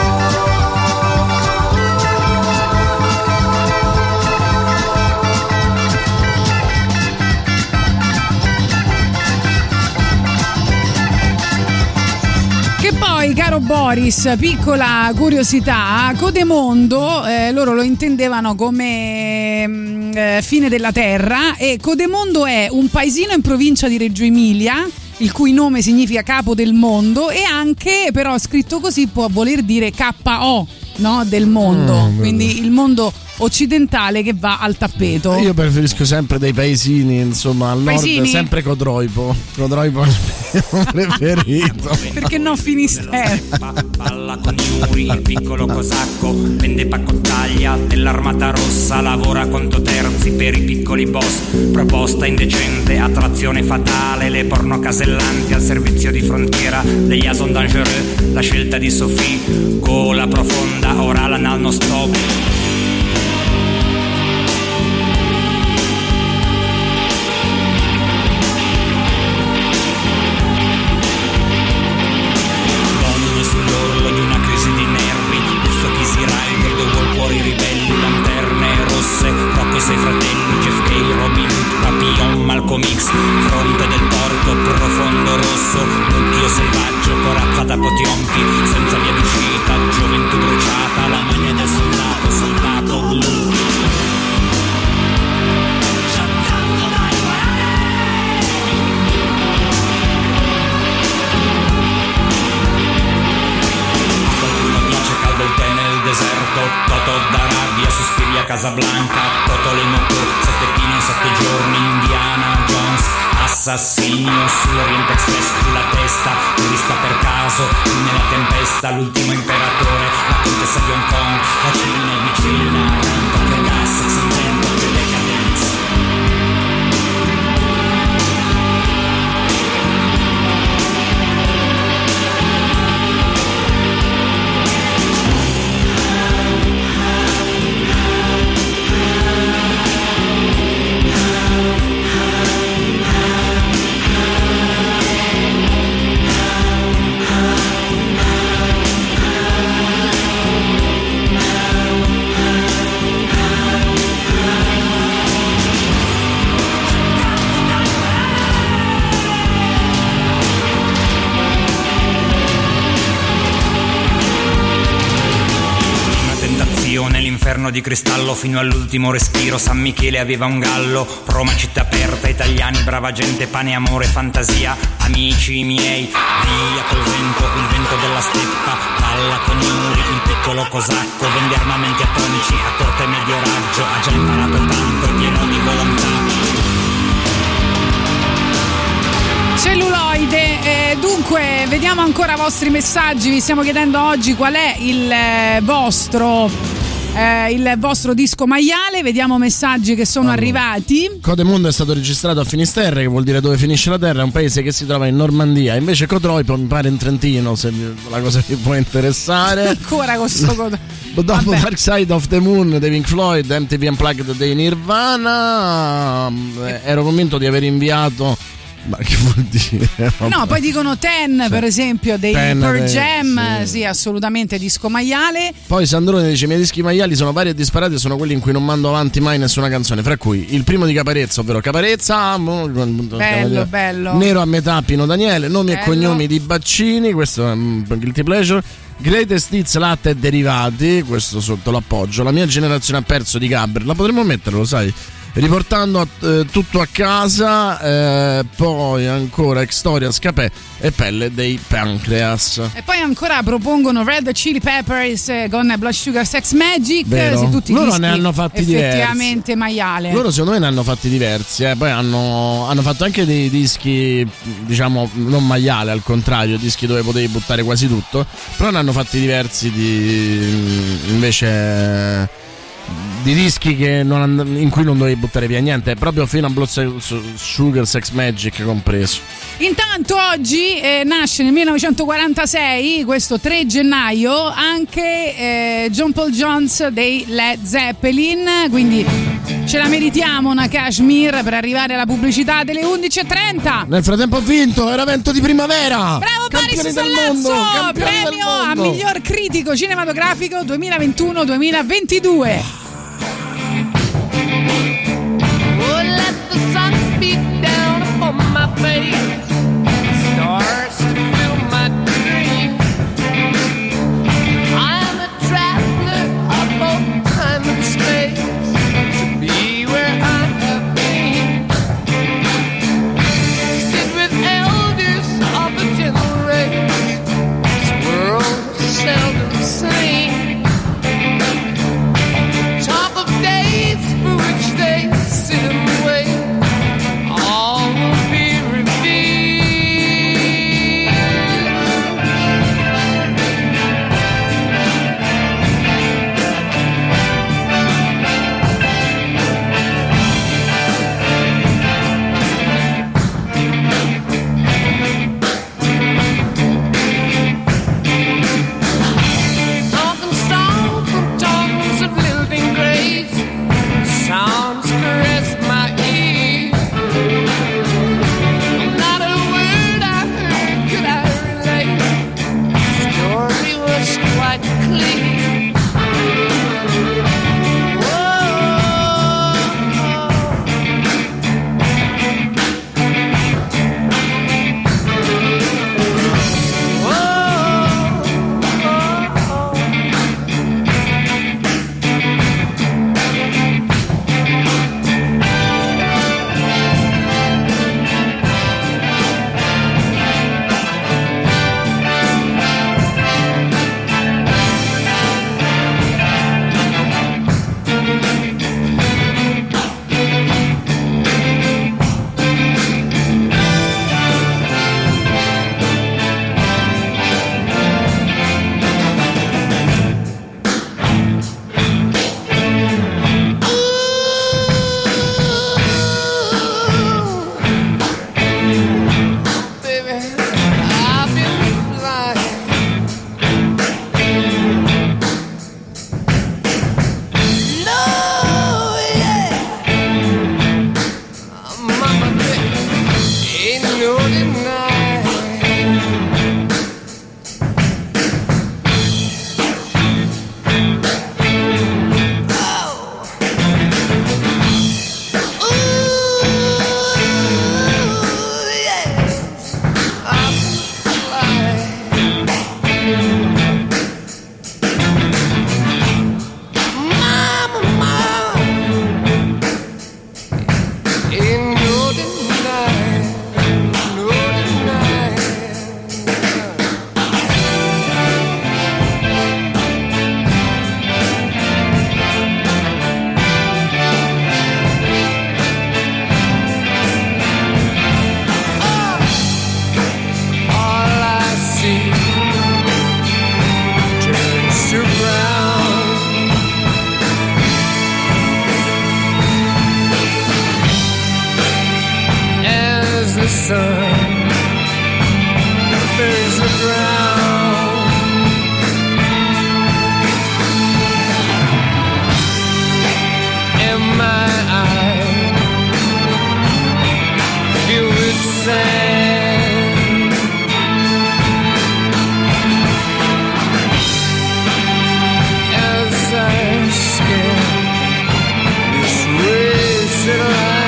Che poi, caro Boris, piccola curiosità, Codemondo loro lo intendevano come fine della terra, e Codemondo è un paesino in provincia di Reggio Emilia, il cui nome significa capo del mondo, e anche però scritto così può voler dire KO, no? Del mondo, quindi il mondo occidentale che va al tappeto. Io preferisco sempre dei paesini, insomma, al Paesini? nord sempre Codroipo è il mio preferito. Perché no Finisterre? Balla con Yuri, il piccolo cosacco, vende pacottaglia dell'Armata Rossa, lavora conto terzi per i piccoli boss, proposta indecente, attrazione fatale, le porno casellanti al servizio di frontiera degli Jason Dangereux, la scelta di Sophie, gola profonda, orale anal non stop. Sei fratelli, Jeff K, Robin Hood, Papillon, Malcolm X, fronte del torto, profondo rosso, Toto d'Arabia, Suspiria, Casablanca, Totolenoco, 7 pine in 7 giorni, Indiana Jones, Assassinio sull'Oriente Express, sulla testa, turista per caso, nella tempesta, l'ultimo imperatore, la contessa di Hong Kong, la Cina è vicina, Tokyo Gas, Xinjiang, che decadenza. Nell'inferno di cristallo fino all'ultimo respiro, San Michele aveva un gallo, Roma città aperta, italiani, brava gente, pane, amore, fantasia, amici miei, via col vento, il vento della steppa, balla con Yuri, il piccolo cosacco, vende armamenti atomici a corto e medio raggio, ha già imparato tanto, pieno di volontà. Celluloide, dunque vediamo ancora i vostri messaggi, vi stiamo chiedendo oggi qual è il vostro disco maiale, vediamo messaggi che sono arrivati. Codemundo è stato registrato a Finisterre, che vuol dire dove finisce la terra, è un paese che si trova in Normandia, invece Cotroipo mi pare in Trentino, se la cosa vi può interessare. Ancora con sto dopo Dark Side of the Moon dei Pink Floyd, MTV Unplugged dei Nirvana, ero convinto di aver inviato. Ma che vuol dire? No, poi dicono Ten, per esempio, dei Pearl Jam, sì, assolutamente disco maiale. Poi Sandrone dice: i miei dischi maiali sono vari e disparati, sono quelli in cui non mando avanti mai nessuna canzone, fra cui il primo di Caparezza, ovvero Caparezza, bello, Nero a metà, Pino Daniele, nomi e cognomi di Baccini, questo è un guilty pleasure. Greatest Hits, latte e derivati, questo sotto l'appoggio. La mia generazione ha perso di Gabber, la potremmo mettere, lo sai, riportando tutto a casa, poi ancora Storia, Scapè e Pelle dei Pancreas. E poi ancora propongono Red Chili Peppers con Blood Sugar Sex Magic. Vero. Tutti loro ne hanno fatti effettivamente diversi. Maiale. Loro secondo me ne hanno fatti diversi, poi hanno fatto anche dei dischi, diciamo, non maiale, al contrario, dischi dove potevi buttare quasi tutto, però ne hanno fatti diversi invece di dischi in cui non dovevi buttare via niente, proprio fino a Blood Sugar Sex Magic compreso. Intanto oggi nasce nel 1946, questo 3 gennaio, anche John Paul Jones dei Led Zeppelin, quindi ce la meritiamo una Kashmir per arrivare alla pubblicità delle 11.30. Nel frattempo ho vinto, era vento di primavera. Bravo Boris Sollazzo, premio a miglior critico cinematografico 2021-2022. Oh, let the sun beat down upon my face, stars to fill my dream. I'm a traveler of both time and space, to be where I have been. Sit with elders of a gentle race, this world is seldom seen. Top of days for which they the sun buries the ground. And my eyes filled with sand as I scan this wasted land.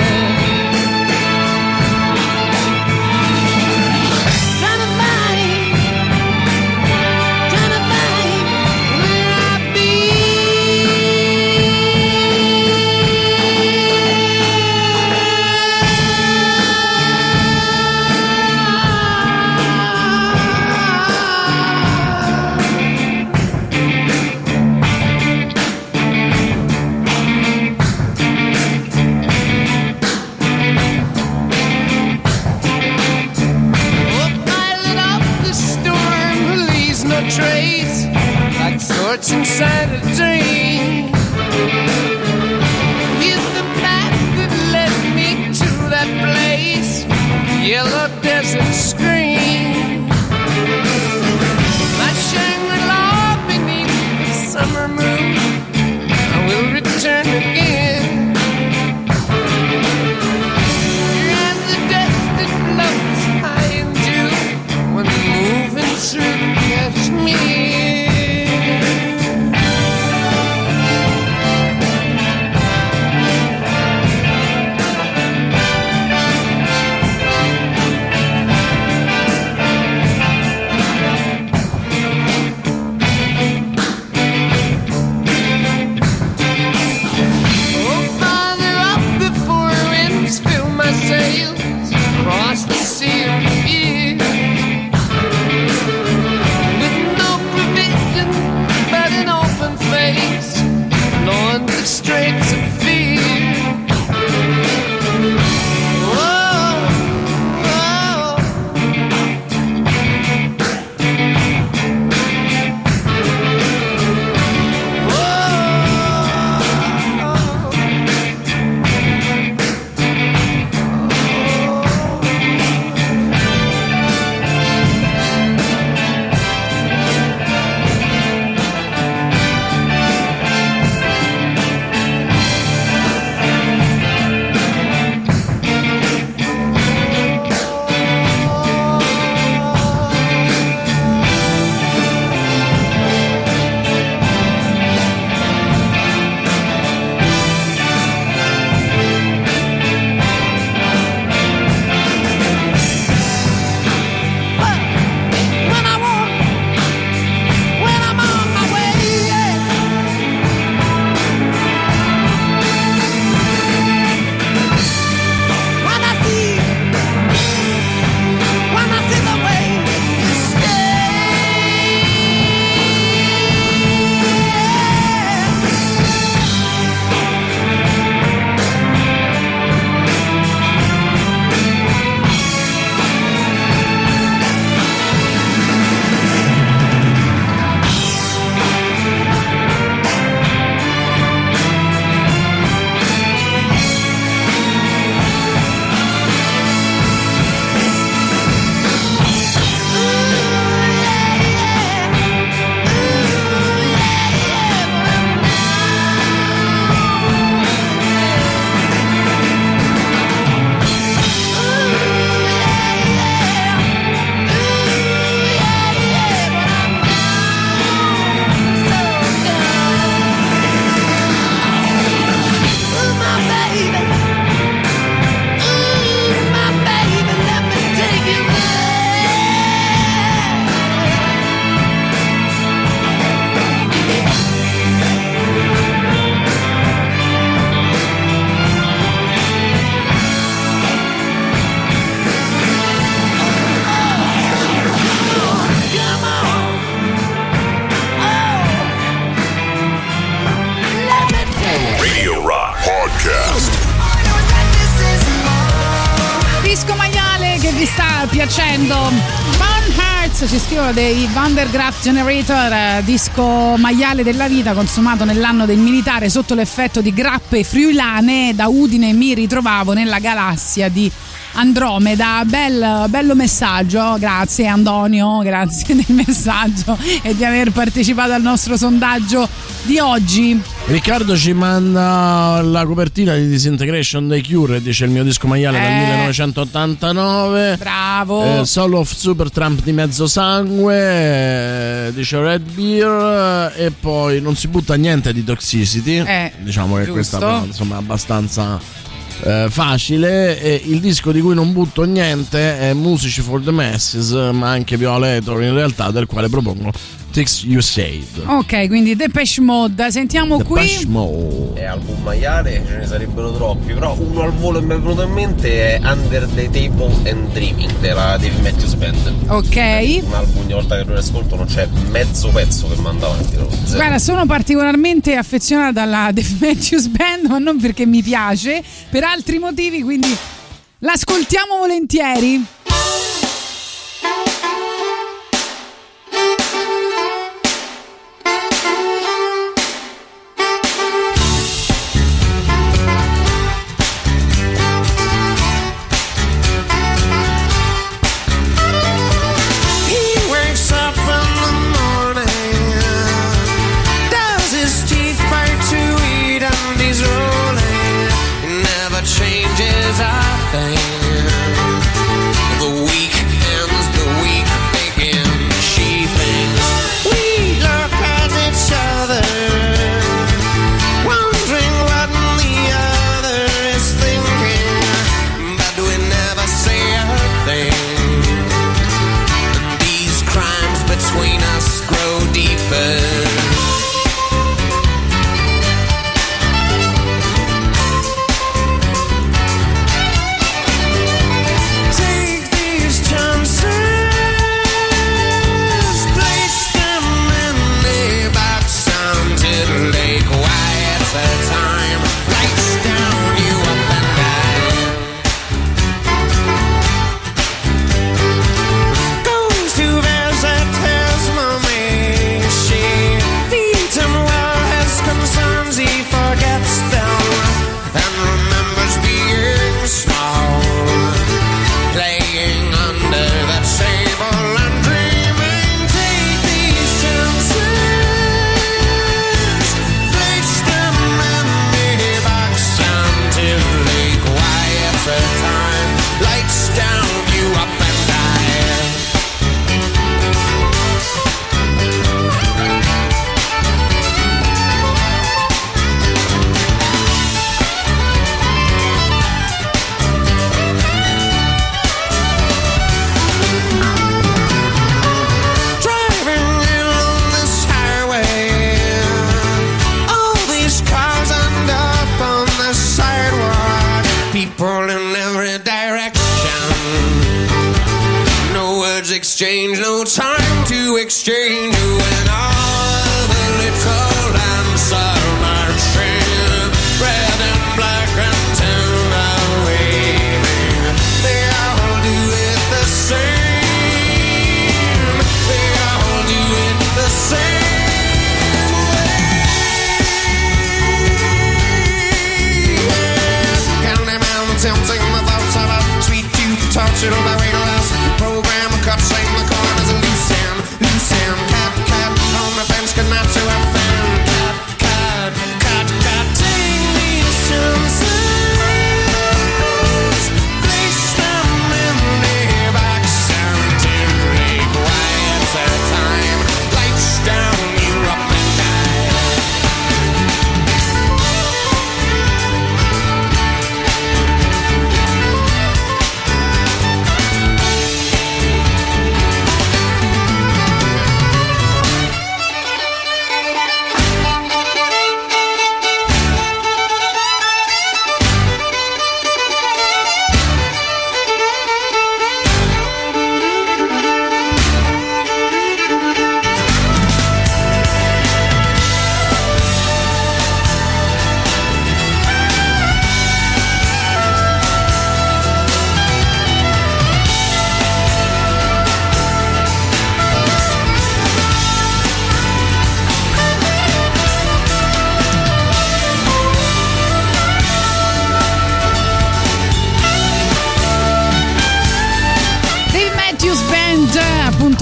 Trace, like thoughts inside a dream. With the path that led me to that place, the yellow desert screen. My Shangri-La beneath the summer moon, I will return again. And the dust that floats high into when moving through catch me. Oh, farther up before winds fill my sails across the sea of fear. But an open face, knowing the straits of fear. Whoa, whoa. piacendo. Van Hertz, ci scrivono dei Vandergraaf Generator, disco maiale della vita consumato nell'anno del militare sotto l'effetto di grappe friulane. Da Udine mi ritrovavo nella galassia di Andromeda. Bello messaggio, grazie Antonio, grazie del messaggio e di aver partecipato al nostro sondaggio di oggi. Riccardo ci manda la copertina di Disintegration dei Cure, dice il mio disco maiale dal 1989. Bravo. Soul of Supertramp di Mezzo Sangue, dice Red Beer, e poi non si butta niente di Toxicity. Diciamo che giusto. questa però, insomma, è abbastanza facile. E il disco di cui non butto niente è Music for the Masses, ma anche Violator in realtà, del quale propongo Things You Said. Ok, quindi Depeche Mode, sentiamo Depeche qui. Mode. È album maiale, ce ne sarebbero troppi, però uno al volo che mi è venuto in mente è Under the Table and Dreaming della David Matthews Band. Ok. Un album, ogni volta che lo ascolto non c'è mezzo pezzo che manda avanti. Guarda, sono particolarmente affezionata alla David Matthews Band, ma non perché mi piace, per altri motivi, quindi l'ascoltiamo volentieri. Changes our thing. The week exchange, no time to exchange. When all the little lambs are marching, red and black and tan are waving. They all do it the same. They all do it the same way. Counting mountains, tempting my thoughts about sweet youth, touch it on my way to last. Program a cut, sing the corners of loose end, cat, cat, on the fence, good not to have fan, cat, take these chances, place them in the box until they quiet their time, lights down, you're up and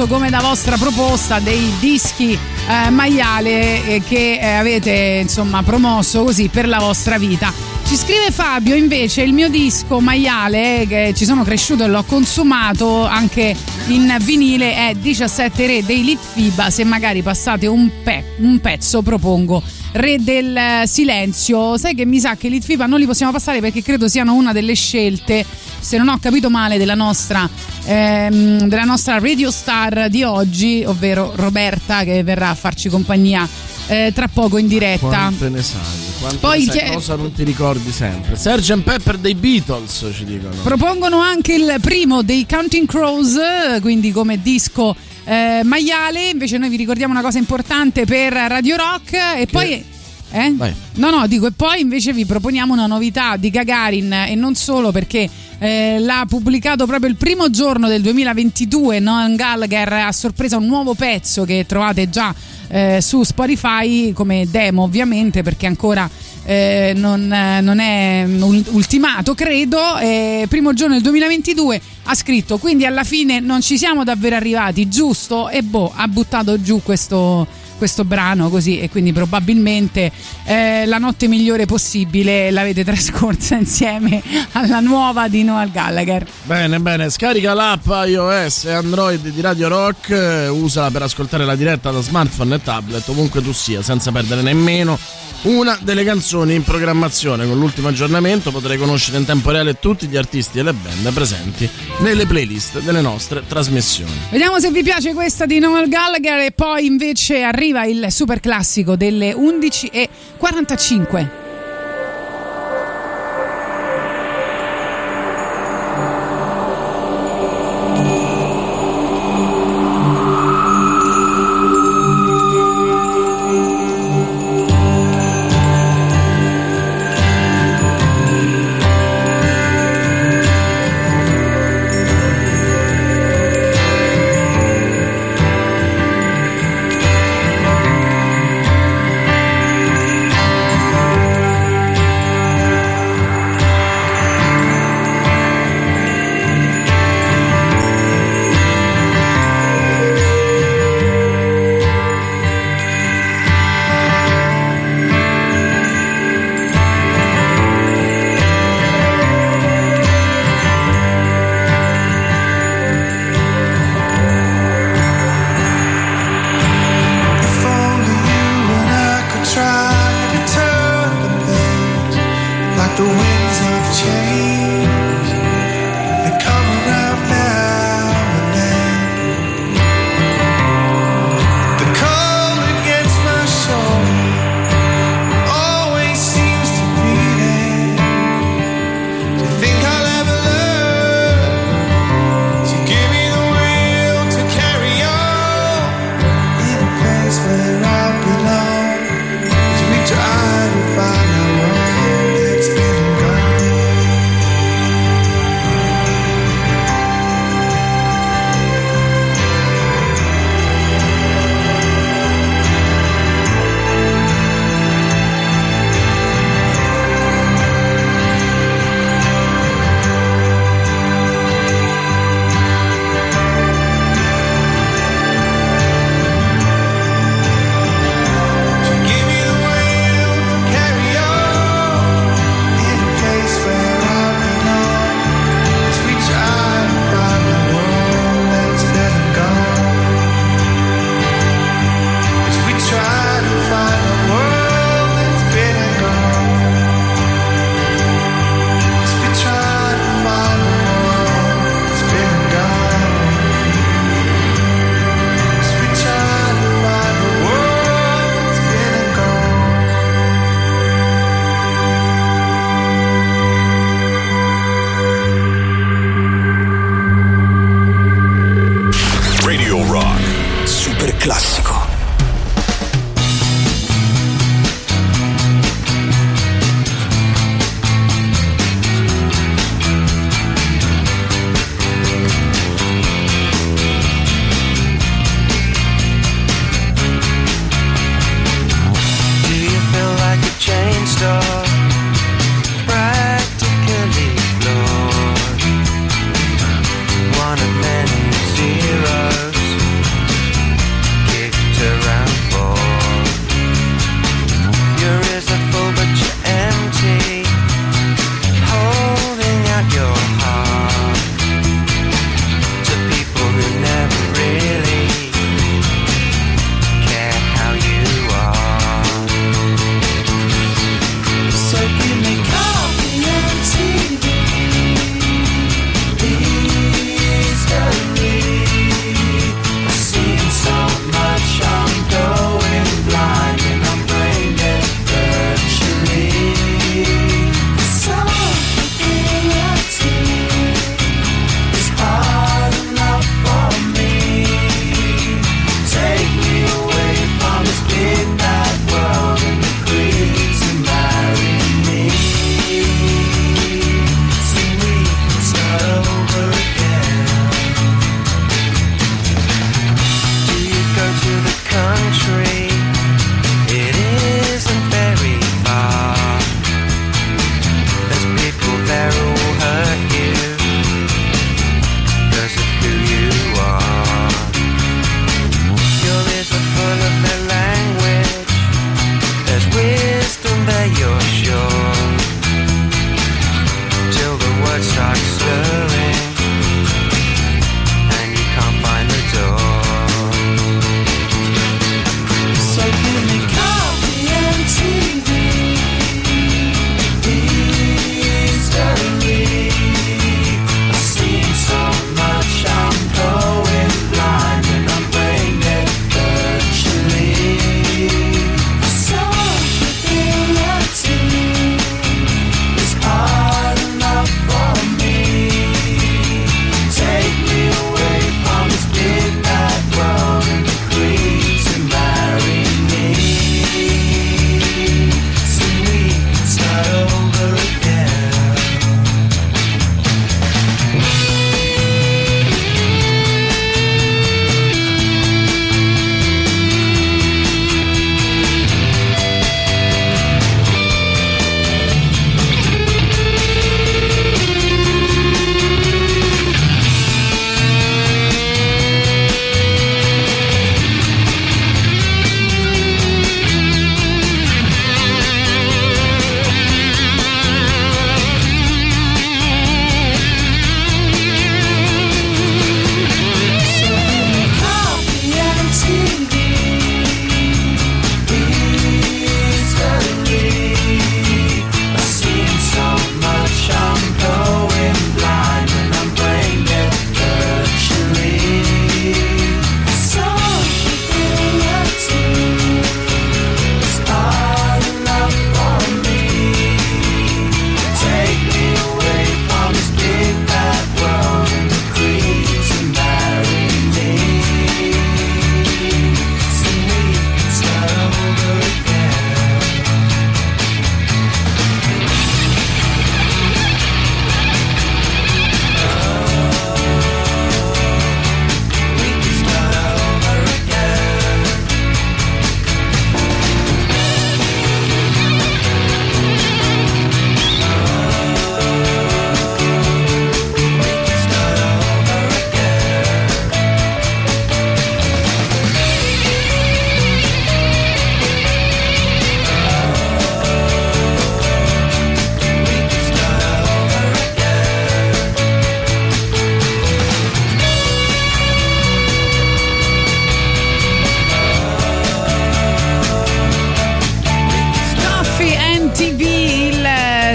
promosso come da vostra proposta dei dischi maiale che avete insomma promosso così per la vostra vita. Ci scrive Fabio invece: il mio disco maiale, che ci sono cresciuto e l'ho consumato anche in vinile, è 17 Re dei Litfiba. Se magari passate un pezzo propongo Re del Silenzio. Sai che mi sa che i Litfiba non li possiamo passare perché credo siano una delle scelte, se non ho capito male, della nostra radio star di oggi, ovvero Roberta, che verrà a farci compagnia tra poco in diretta. Quante ne sai? Poi cosa non ti ricordi sempre? Sgt. Pepper dei Beatles, ci dicono. Propongono anche il primo dei Counting Crows, quindi come disco maiale. Invece noi vi ricordiamo una cosa importante per Radio Rock e poi dico, e poi invece vi proponiamo una novità di Gagarin, e non solo, perché l'ha pubblicato proprio il primo giorno del 2022. Noel Gallagher a sorpresa un nuovo pezzo che trovate già su Spotify come demo, ovviamente, perché ancora non è ultimato, credo. Primo giorno del 2022 ha scritto, quindi alla fine non ci siamo davvero arrivati, giusto? E ha buttato giù questo brano così, e quindi probabilmente la notte migliore possibile l'avete trascorsa insieme alla nuova di Noel Gallagher. Bene, scarica l'app iOS e Android di Radio Rock, usala per ascoltare la diretta da smartphone e tablet ovunque tu sia, senza perdere nemmeno una delle canzoni in programmazione. Con l'ultimo aggiornamento potrai conoscere in tempo reale tutti gli artisti e le band presenti nelle playlist delle nostre trasmissioni. Vediamo se vi piace questa di Noel Gallagher, e poi invece arriva il super classico delle 11:45.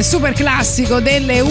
super classico delle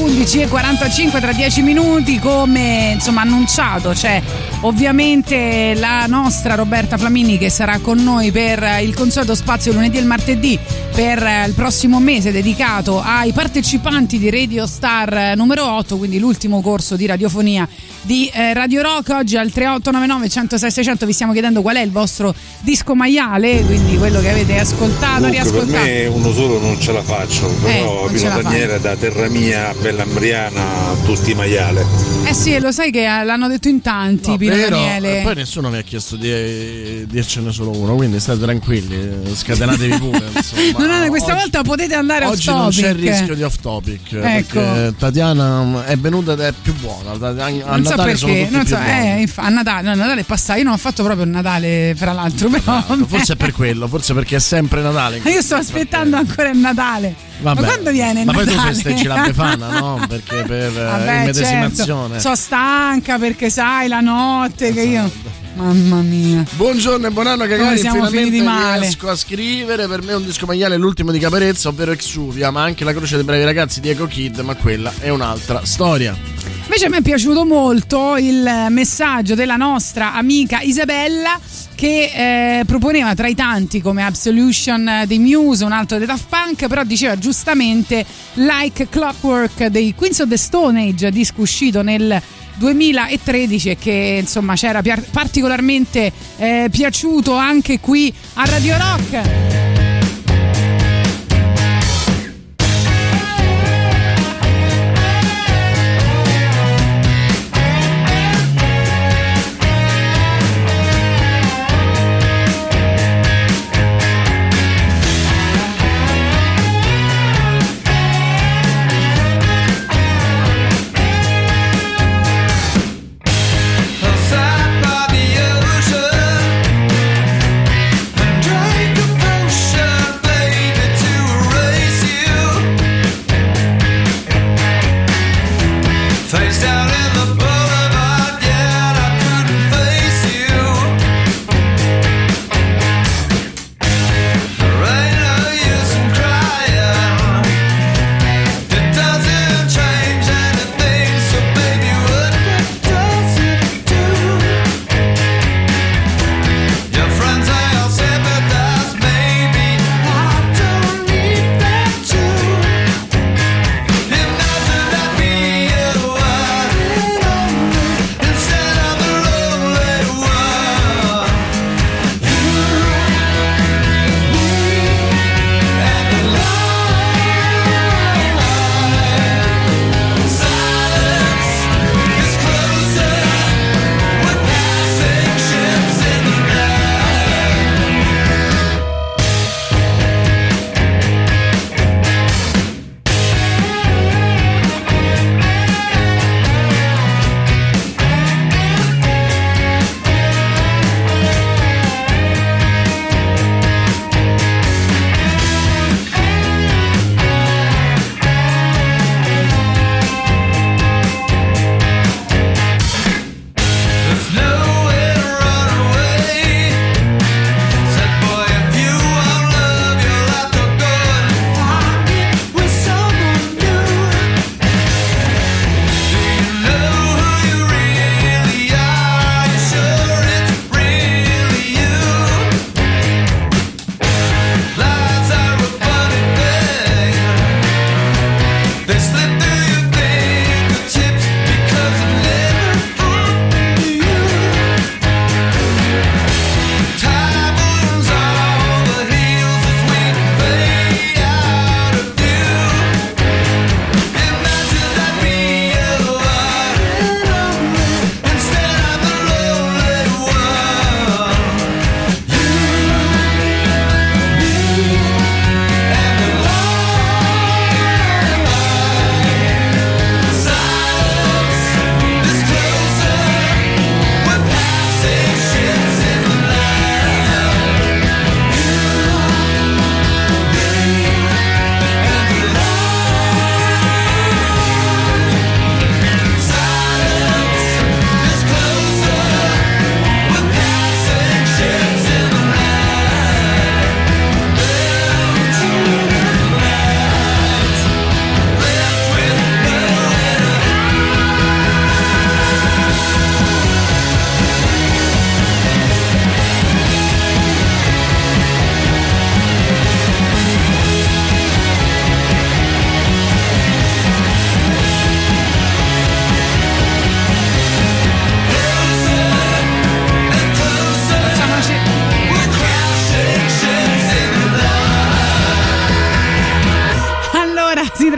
11:45 tra 10 minuti, come insomma annunciato c'è ovviamente la nostra Roberta Flamini che sarà con noi per il consueto spazio lunedì e il martedì per il prossimo mese dedicato ai partecipanti di Radio Star numero 8, quindi l'ultimo corso di radiofonia di Radio Rock. Oggi al 3899 106 600 vi stiamo chiedendo qual è il vostro disco maiale, quindi quello che avete ascoltato, Dunque, riascoltato. per me uno solo non ce la faccio, però Pino Daniele da Terra Mia, Bella Ambriana, tutti maiale. Eh sì, lo sai che l'hanno detto in tanti, Pino Daniele. Poi nessuno mi ha chiesto di dircene solo uno, quindi state tranquilli, scatenatevi pure. Insomma. Questa volta potete andare off oggi topic. non c'è il rischio di off topic, Ecco. perché Tatiana è venuta ed è più buona. A Non so Natale sono perché, tutti non più so, buoni. a Natale, no, Natale è passato, io non ho fatto proprio il Natale fra l'altro, però Forse è per quello, forse perché è sempre Natale. io sto aspettando ancora il Natale. Vabbè. Ma quando viene il Ma poi tu Natale? festeggi la Befana, no? Perché per Vabbè, immedesimazione. certo. Sono stanca perché sai la notte che io. Mamma mia. Buongiorno e buon anno Come cagari, siamo finalmente finiti male. riesco a scrivere. Per me è un disco maiale l'ultimo di Caparezza, ovvero Exuvia, ma anche La Croce dei Bravi Ragazzi di Eco Kid, ma quella è un'altra storia. Invece a me è piaciuto molto il messaggio della nostra amica Isabella che proponeva tra i tanti come Absolution dei Muse, un altro dei Daft Punk, però diceva giustamente Like Clockwork dei Queens of the Stone Age, disco uscito nel 2013 e che insomma c'era particolarmente piaciuto anche qui a Radio Rock. Outside by the ocean, and drink a potion.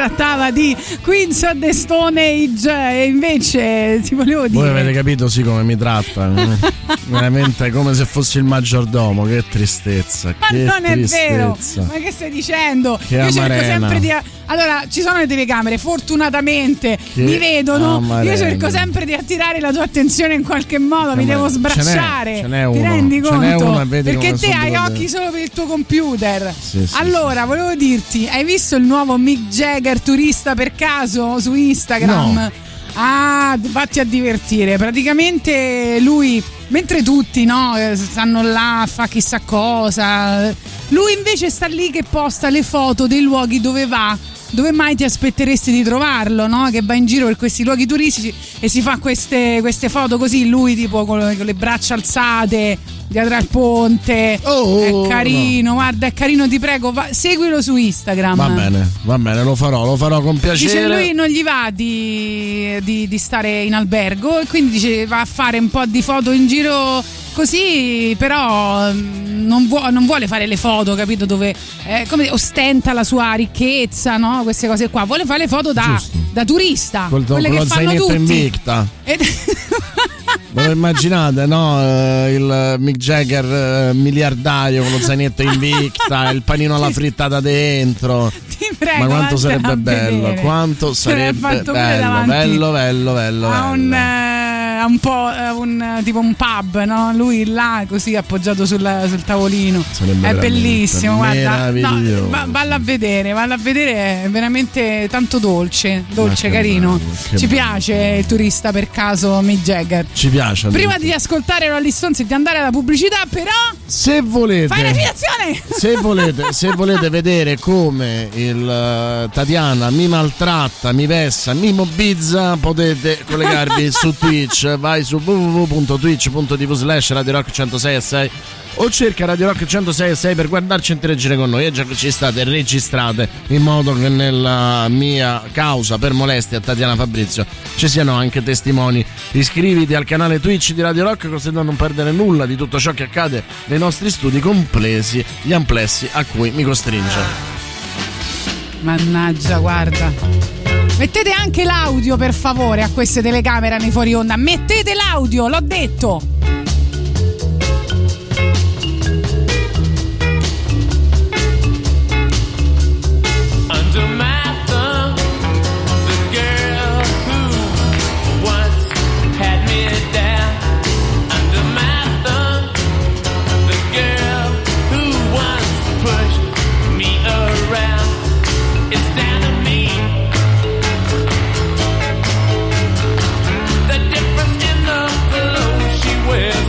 trattava di Queens of the Stone Age e invece ti volevo dire... Voi avete capito sì come mi tratta, veramente come se fossi il maggiordomo, che tristezza. Ma che non tristezza. È vero, ma che stai dicendo? Che io cerco amarena. sempre di... Allora, ci sono le telecamere, fortunatamente Che mi vedono, amarena. io cerco sempre di attirare la tua attenzione in qualche modo, mi devo sbracciare, ce n'è ti uno, rendi ce n'è conto? uno e vedi Perché come te sono hai due. occhi solo per il tuo computer. Sì, allora, volevo dirti, hai visto il nuovo Mick Jagger turista per caso su Instagram? No. Ah, vatti a divertire. Praticamente lui, mentre tutti stanno là a fa chissà cosa, lui invece sta lì che posta le foto dei luoghi dove va, dove mai ti aspetteresti di trovarlo, no? Che va in giro per questi luoghi turistici e si fa queste foto così, lui tipo con le braccia alzate dietro al ponte. È carino, guarda, è carino, ti prego, seguilo su Instagram. Va bene, lo farò con piacere. Dice lui non gli va di stare in albergo e quindi dice va a fare un po' di foto in giro così, però non vuole fare le foto, capito, dove come ostenta la sua ricchezza, no? Queste cose qua, vuole fare le foto da turista, quelle che fanno tutti. Invicta. Ve lo immaginate, no? Il Mick Jagger miliardario con lo zainetto Invicta, il panino alla frittata dentro. Ti prego, ma quanto sarebbe bello, vedere. quanto sarebbe bello. Ha un po' tipo un pub, no? Lui là così appoggiato sul tavolino. Sarebbe è bellissimo, guarda. No, valla a vedere, è veramente tanto dolce, carino. Ci piace il turista per caso Mick Jagger. Ci piace. Prima di ascoltare Rolling Stones e di andare alla pubblicità, però, se volete, fai l'affiliazione. Se volete vedere come Tatiana mi maltratta, mi vessa, mi mobbizza, potete collegarvi su Twitch. Vai su www.twitch.tv/Radio Rock 106.6 o cerca Radio Rock 106.6 per guardarci e interagire con noi. E già che ci state, registrate in modo che nella mia causa per molestia a Tatiana Fabrizio ci siano anche testimoni. Iscriviti al canale Twitch di Radio Rock così da non perdere nulla di tutto ciò che accade nei nostri studi, compresi gli amplessi a cui mi costringe. Mannaggia, guarda. Mettete anche l'audio, per favore, a queste telecamere nei fuori onda. Mettete l'audio, l'ho detto. Under my thumb, the girl who once had me down. Under my thumb, the girl who once pushed me around. It's down to me. The difference in the clothes she wears.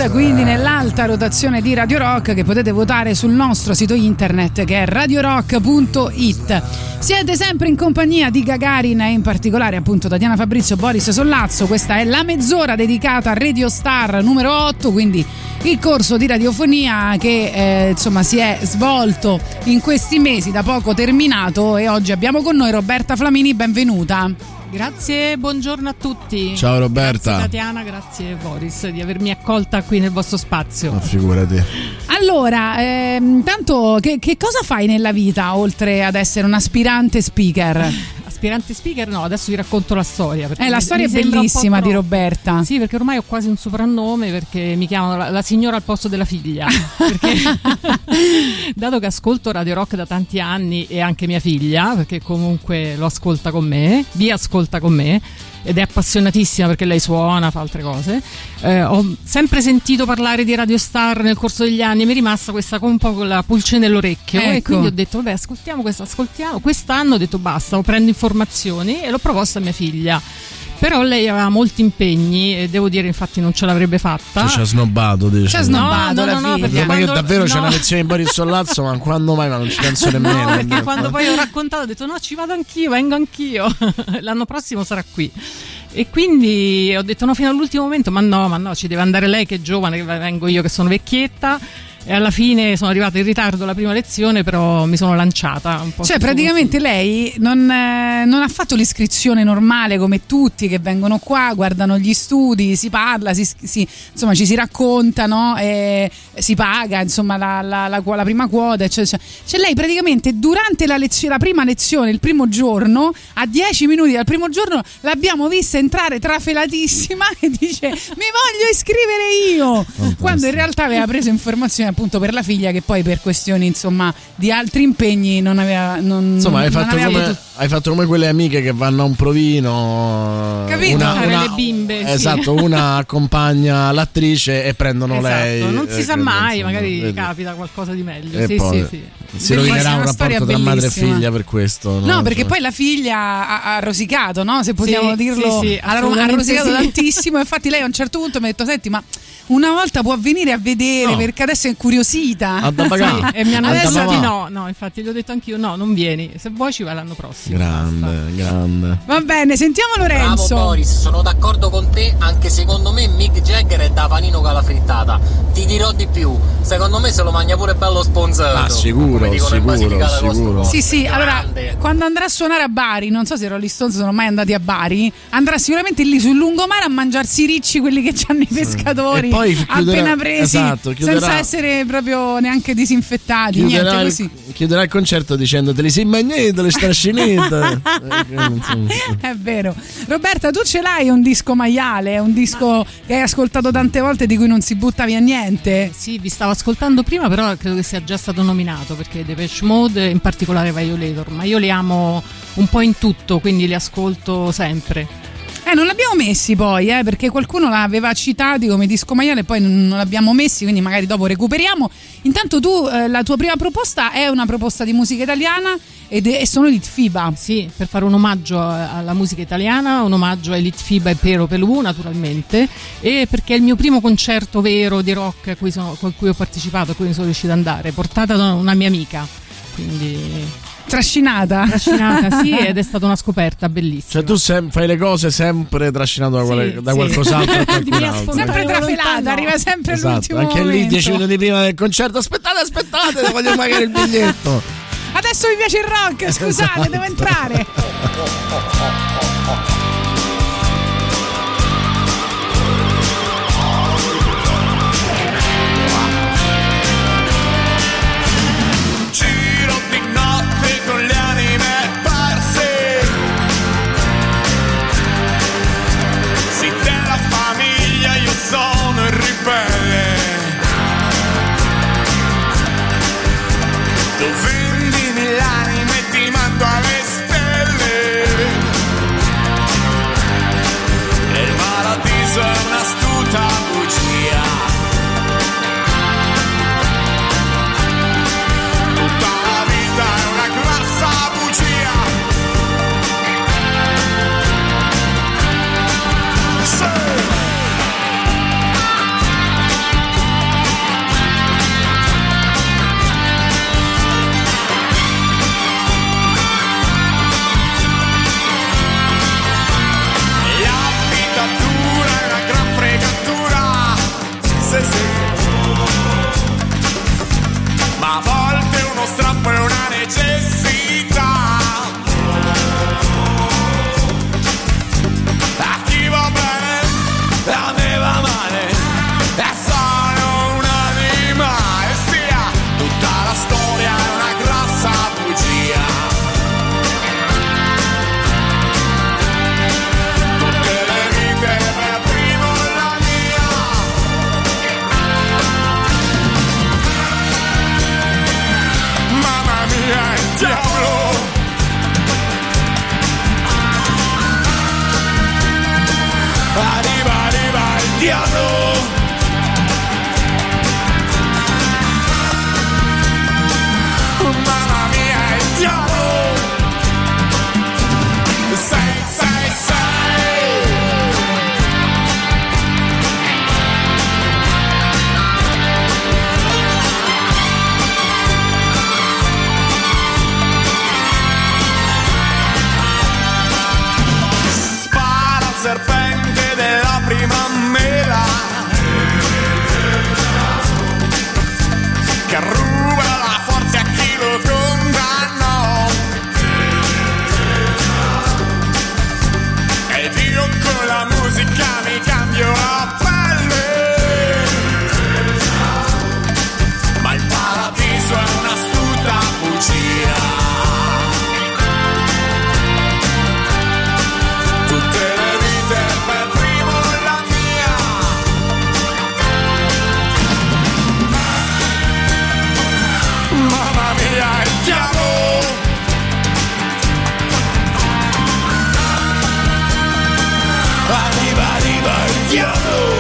Boris, quindi nell'alta rotazione di Radio Rock, che potete votare sul nostro sito internet che è radiorock.it. Siete sempre in compagnia di Gagarin e in particolare appunto Tatiana Fabrizio, Boris Sollazzo. Questa è la mezz'ora dedicata a Radio Star numero 8, quindi il corso di radiofonia che insomma si è svolto in questi mesi, da poco terminato, e oggi abbiamo con noi Roberta Flamini, benvenuta. Grazie, buongiorno a tutti. Ciao Roberta. Grazie Tatiana, grazie Boris di avermi accolta qui nel vostro spazio. Ma figurati. Allora, intanto che cosa fai nella vita oltre ad essere un aspirante speaker? Aspirante speaker no, adesso vi racconto la storia. La storia è bellissima di Roberta. Sì, perché ormai ho quasi un soprannome, perché mi chiamano la signora al posto della figlia. Perché dato che ascolto Radio Rock da tanti anni, e anche mia figlia, perché comunque lo ascolta con me, vi ascolta con me, ed è appassionatissima perché lei suona, fa altre cose, ho sempre sentito parlare di Radio Star nel corso degli anni e mi è rimasta questa un po' con la pulce nell'orecchio, ecco. E quindi ho detto vabbè, ascoltiamo. Quest'anno ho detto basta, prendo informazioni e l'ho proposta a mia figlia. Però lei aveva molti impegni e devo dire infatti non ce l'avrebbe fatta. Ci ha snobbato, dice. Ci ha snobbato no, perché ma che davvero c'è no. una lezione di Boris Sollazzo, ma quando mai? Ma non ci penso nemmeno. No, perché quando poi ho raccontato ho detto no, ci vado anch'io, vengo anch'io. L'anno prossimo sarà qui. E quindi ho detto no, fino all'ultimo momento, ma no, ci deve andare lei che è giovane, che vengo io che sono vecchietta. E alla fine sono arrivata in ritardo alla prima lezione, però mi sono lanciata un po'. Cioè praticamente lei non ha fatto l'iscrizione normale come tutti che vengono qua, guardano gli studi, si parla, insomma ci si racconta, no? E si paga insomma la prima quota, eccetera. Cioè lei praticamente durante la prima lezione, il primo giorno, a 10 minuti dal primo giorno l'abbiamo vista entrare trafelatissima e dice mi voglio iscrivere io. Fantastico. Quando in realtà aveva preso informazioni appunto per la figlia, che poi per questioni insomma di altri impegni non aveva hai fatto come quelle amiche che vanno a un provino, capito? Le bimbe, esatto, sì. Una accompagna l'attrice e prendono esatto. lei, non si sa mai, insomma, magari vedi. Capita qualcosa di meglio, e sì, poi sì. Si rovinerà un rapporto tra madre e figlia per questo, no? Perché poi la figlia ha rosicato, no? Se possiamo dirlo, sì, ha rosicato sì. tantissimo. Infatti lei a un certo punto mi ha detto senti, ma una volta può venire a vedere, perché adesso è incuriosita. Sì, e mi hanno detto di no, infatti gli ho detto anch'io no, non vieni, se vuoi ci vai l'anno prossimo. Grande. Va bene, sentiamo Lorenzo. Bravo Boris, sono d'accordo con te, anche secondo me Mick Jagger è da panino con la frittata. Ti dirò di più, secondo me se lo mangia pure bello sponsato. Ah, sicuro. Sì, allora quando andrà a suonare a Bari, non so se Rolling Stones sono mai andati a Bari, andrà sicuramente lì sul lungomare a mangiarsi i ricci, quelli che hanno i pescatori, e poi appena presi, esatto, senza essere proprio neanche disinfettati, niente così. Chiuderà il concerto dicendo te li sei mangiati, le strascinate. È vero. Roberta, tu ce l'hai un disco maiale, un disco che hai ascoltato tante volte, di cui non si butta via niente? Sì, vi stavo ascoltando prima, però credo che sia già stato nominato, perché Depeche Mode, in particolare Violator, ma io li amo un po' in tutto, quindi li ascolto sempre. Non l'abbiamo messi poi, perché qualcuno l'aveva citati come disco maiale, poi non l'abbiamo messi, quindi magari dopo recuperiamo. Intanto tu, la tua prima proposta è una proposta di musica italiana e sono Elite FIBA. Sì, per fare un omaggio alla musica italiana, un omaggio a Elite FIBA e Pero Pelù naturalmente, e perché è il mio primo concerto vero di rock con cui ho partecipato, a cui sono riuscita ad andare, portata da una mia amica, quindi... Trascinata, sì, ed è stata una scoperta bellissima. Cioè tu fai le cose sempre trascinato da qualcos'altro, sempre trafelata, arriva sempre all'ultimo anche momento. Lì 10 minuti prima del concerto, aspettate, voglio pagare il biglietto. Adesso mi piace il rock, scusate, devo entrare. Sono il ribelle, tu vendimi l'anima e ti mando alle stelle. diavolo. Mamma mia, il diavolo. 666. Spara al serpente della prima mela che ruba la forza a chi lo condannò. Ed io con la musica mi cambio la pelle, ma il paradiso è un'astuta bugia. Tutte le vite per primo la mia. Mamma mia, il diavolo. Arriva il diavolo.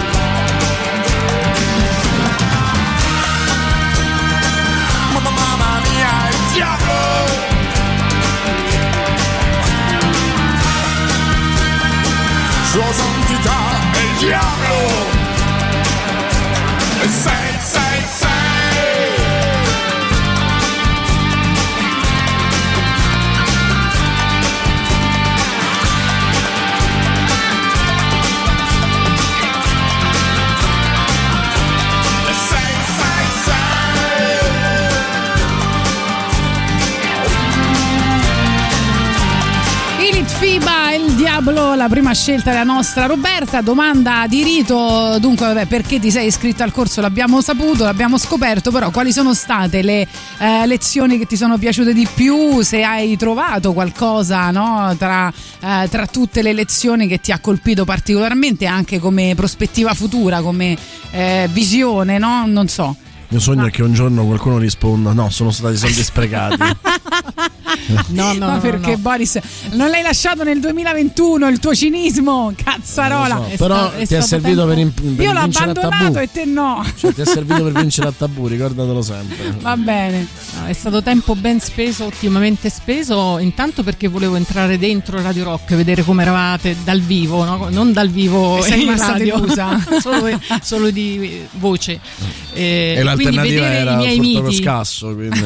Mamma mia, il diavolo. Sua santità è il diavolo. 666. FIBA, il diavolo, la prima scelta della nostra Roberta. Domanda di rito, dunque vabbè, perché ti sei iscritto al corso l'abbiamo saputo, l'abbiamo scoperto, però quali sono state le lezioni che ti sono piaciute di più, se hai trovato qualcosa, no, tra tutte le lezioni che ti ha colpito particolarmente, anche come prospettiva futura, come visione, no? Non so. Il mio sogno è che un giorno qualcuno risponda: no, sono stati soldi sprecati. No, perché Boris non l'hai lasciato nel 2021, il tuo cinismo, cazzarola. So, però ti è servito per io l'ho abbandonato e te no. Cioè, ti è servito per vincere a Tabù, ricordatelo sempre. Va bene. No, è stato tempo ben speso, ottimamente speso, intanto perché volevo entrare dentro Radio Rock, vedere come eravate dal vivo, no? Non dal vivo sei in rimasta radio, delusa. solo di voce. E l'alternativa era i miei miti. Scasso, quindi.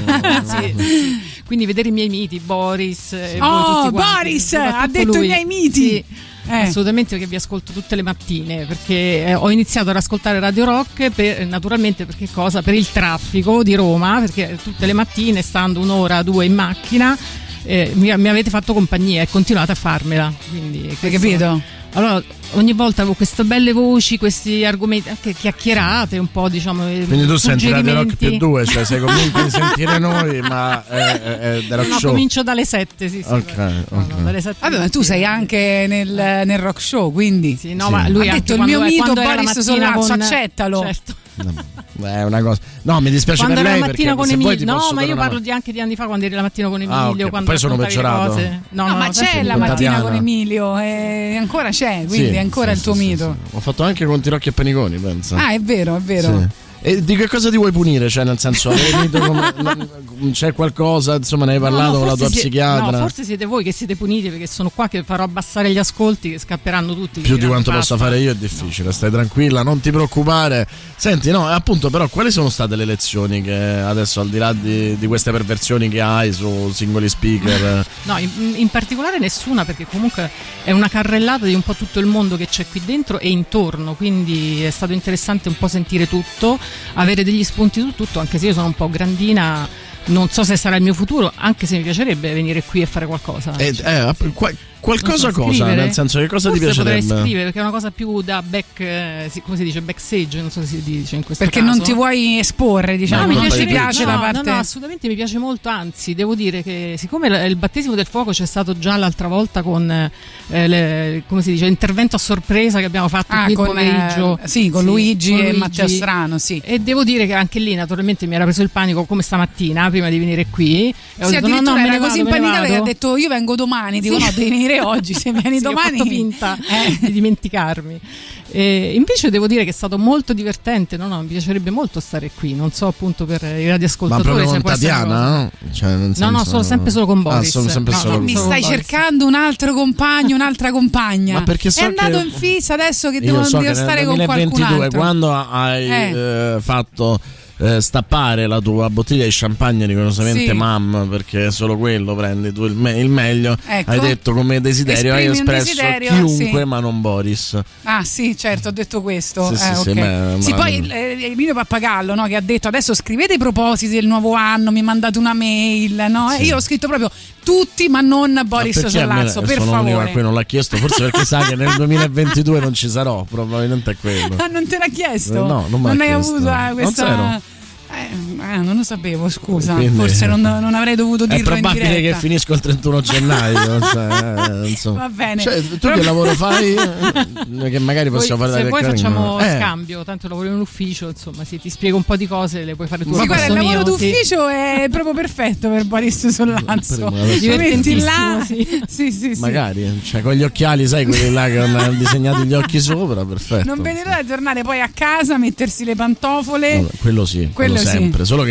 Sì. Quindi vedere i miei miti, Boris. Oh, Boris ha detto lui. I miei miti. Sì. Assolutamente, perché vi ascolto tutte le mattine, perché ho iniziato ad ascoltare Radio Rock naturalmente perché cosa? Per il traffico di Roma, perché tutte le mattine, stando un'ora, due in macchina, mi avete fatto compagnia e continuate a farmela. Quindi, hai capito? Allora, ogni volta avevo queste belle voci, questi argomenti, anche chiacchierate un po', diciamo. Quindi tu senti Radio Rock +2, cioè sei convinto di sentire noi, ma è The Rock Show. Comincio dalle 7, sì. Okay. No, dalle 7. Vabbè, ma tu sei anche nel Rock Show, quindi. Sì, no, ma lui ha detto il mio mito Boris Sollazzo, accettalo. Certo. È una cosa. No, mi dispiace quando per lei la mattina perché con se Emilio. vuoi No, ma io parlo anche di anni fa, quando eri la mattina con Emilio. Okay. Quando poi sono peggiorato. Cose. No, ma c'è la mattina con Emilio, ancora c'è, quindi è ancora il tuo mito. Ho fatto anche con Tirocchi e Paniconi, pensa. Ah, è vero. Sì. E di che cosa ti vuoi punire? Cioè, nel senso, c'è qualcosa, insomma, ne hai parlato con la tua psichiatra? No, forse siete voi che siete puniti, perché sono qua che farò abbassare gli ascolti, che scapperanno tutti. Più di quanto possa fare io è difficile, stai tranquilla, non ti preoccupare. Senti, no, appunto, però, quali sono state le lezioni che adesso, al di là di queste perversioni che hai su singoli speaker? No, in particolare nessuna, perché comunque è una carrellata di un po' tutto il mondo che c'è qui dentro e intorno, quindi è stato interessante un po' sentire tutto, avere degli spunti su tutto, anche se io sono un po' grandina, non so se sarà il mio futuro, anche se mi piacerebbe venire qui e fare qualcosa. Qualcosa so, cosa, nel senso, che cosa forse ti piacerebbe? Potrei scrivere, perché è una cosa più da come si dice, backstage, non so se si dice in questo perché caso. non ti vuoi esporre, diciamo, no, non ti piace la parte. No, assolutamente mi piace molto, anzi devo dire che siccome il battesimo del fuoco c'è stato già l'altra volta con come si dice, l'intervento a sorpresa che abbiamo fatto qui il pomeriggio, con Luigi e Matteo Strano, sì. E devo dire che anche lì naturalmente mi era preso il panico, come stamattina prima di venire qui, e ho detto addirittura no, era così impanicata che ha detto io vengo domani, dico no, devi venire oggi, se vieni domani. Ho fatto finta di dimenticarmi. E invece devo dire che è stato molto divertente, mi piacerebbe molto stare qui, non so appunto per i radioascoltatori. Ma proprio se con Tatiana? No? Cioè, no, sempre solo con Boris. Mi stai cercando un altro compagno, un'altra compagna. Ma perché so è andato che in fissa adesso che devo so stare che con qualcun 2022, altro. quando hai fatto stappare la tua bottiglia di champagne rigorosamente mam, perché solo quello prendi tu il meglio, ecco. Hai detto come desiderio, hai espresso chiunque ma non Boris. Ah sì, certo, ho detto questo. Sì, okay. Poi Emilio Pappagallo, no, che ha detto adesso scrivete i propositi del nuovo anno, mi mandate una mail, no? Sì. E io ho scritto proprio tutti ma non Boris Sollazzo, per favore. L'unico a cui non l'ha chiesto, forse perché sa che nel 2022 non ci sarò, probabilmente è quello. Ah, non te l'ha chiesto? No, non hai avuto questa... non lo sapevo, scusa. Quindi, forse non avrei dovuto dirlo in diretta. È probabile che finisco il 31 gennaio. Va bene. Cioè, tu che lavoro fai? Che magari possiamo fare. Se poi facciamo scambio, tanto lavoro in un ufficio, insomma, ti spiego un po' di cose, le puoi fare tu. Ma guarda, il lavoro d'ufficio è proprio perfetto per Boris Sollazzo. Metti là, sì. Magari, cioè, con gli occhiali, sai, quelli là che hanno disegnato gli occhi sopra, perfetto. Non vede l'ora di tornare poi a casa, mettersi le pantofole. Vabbè, quello sì. Sempre, solo che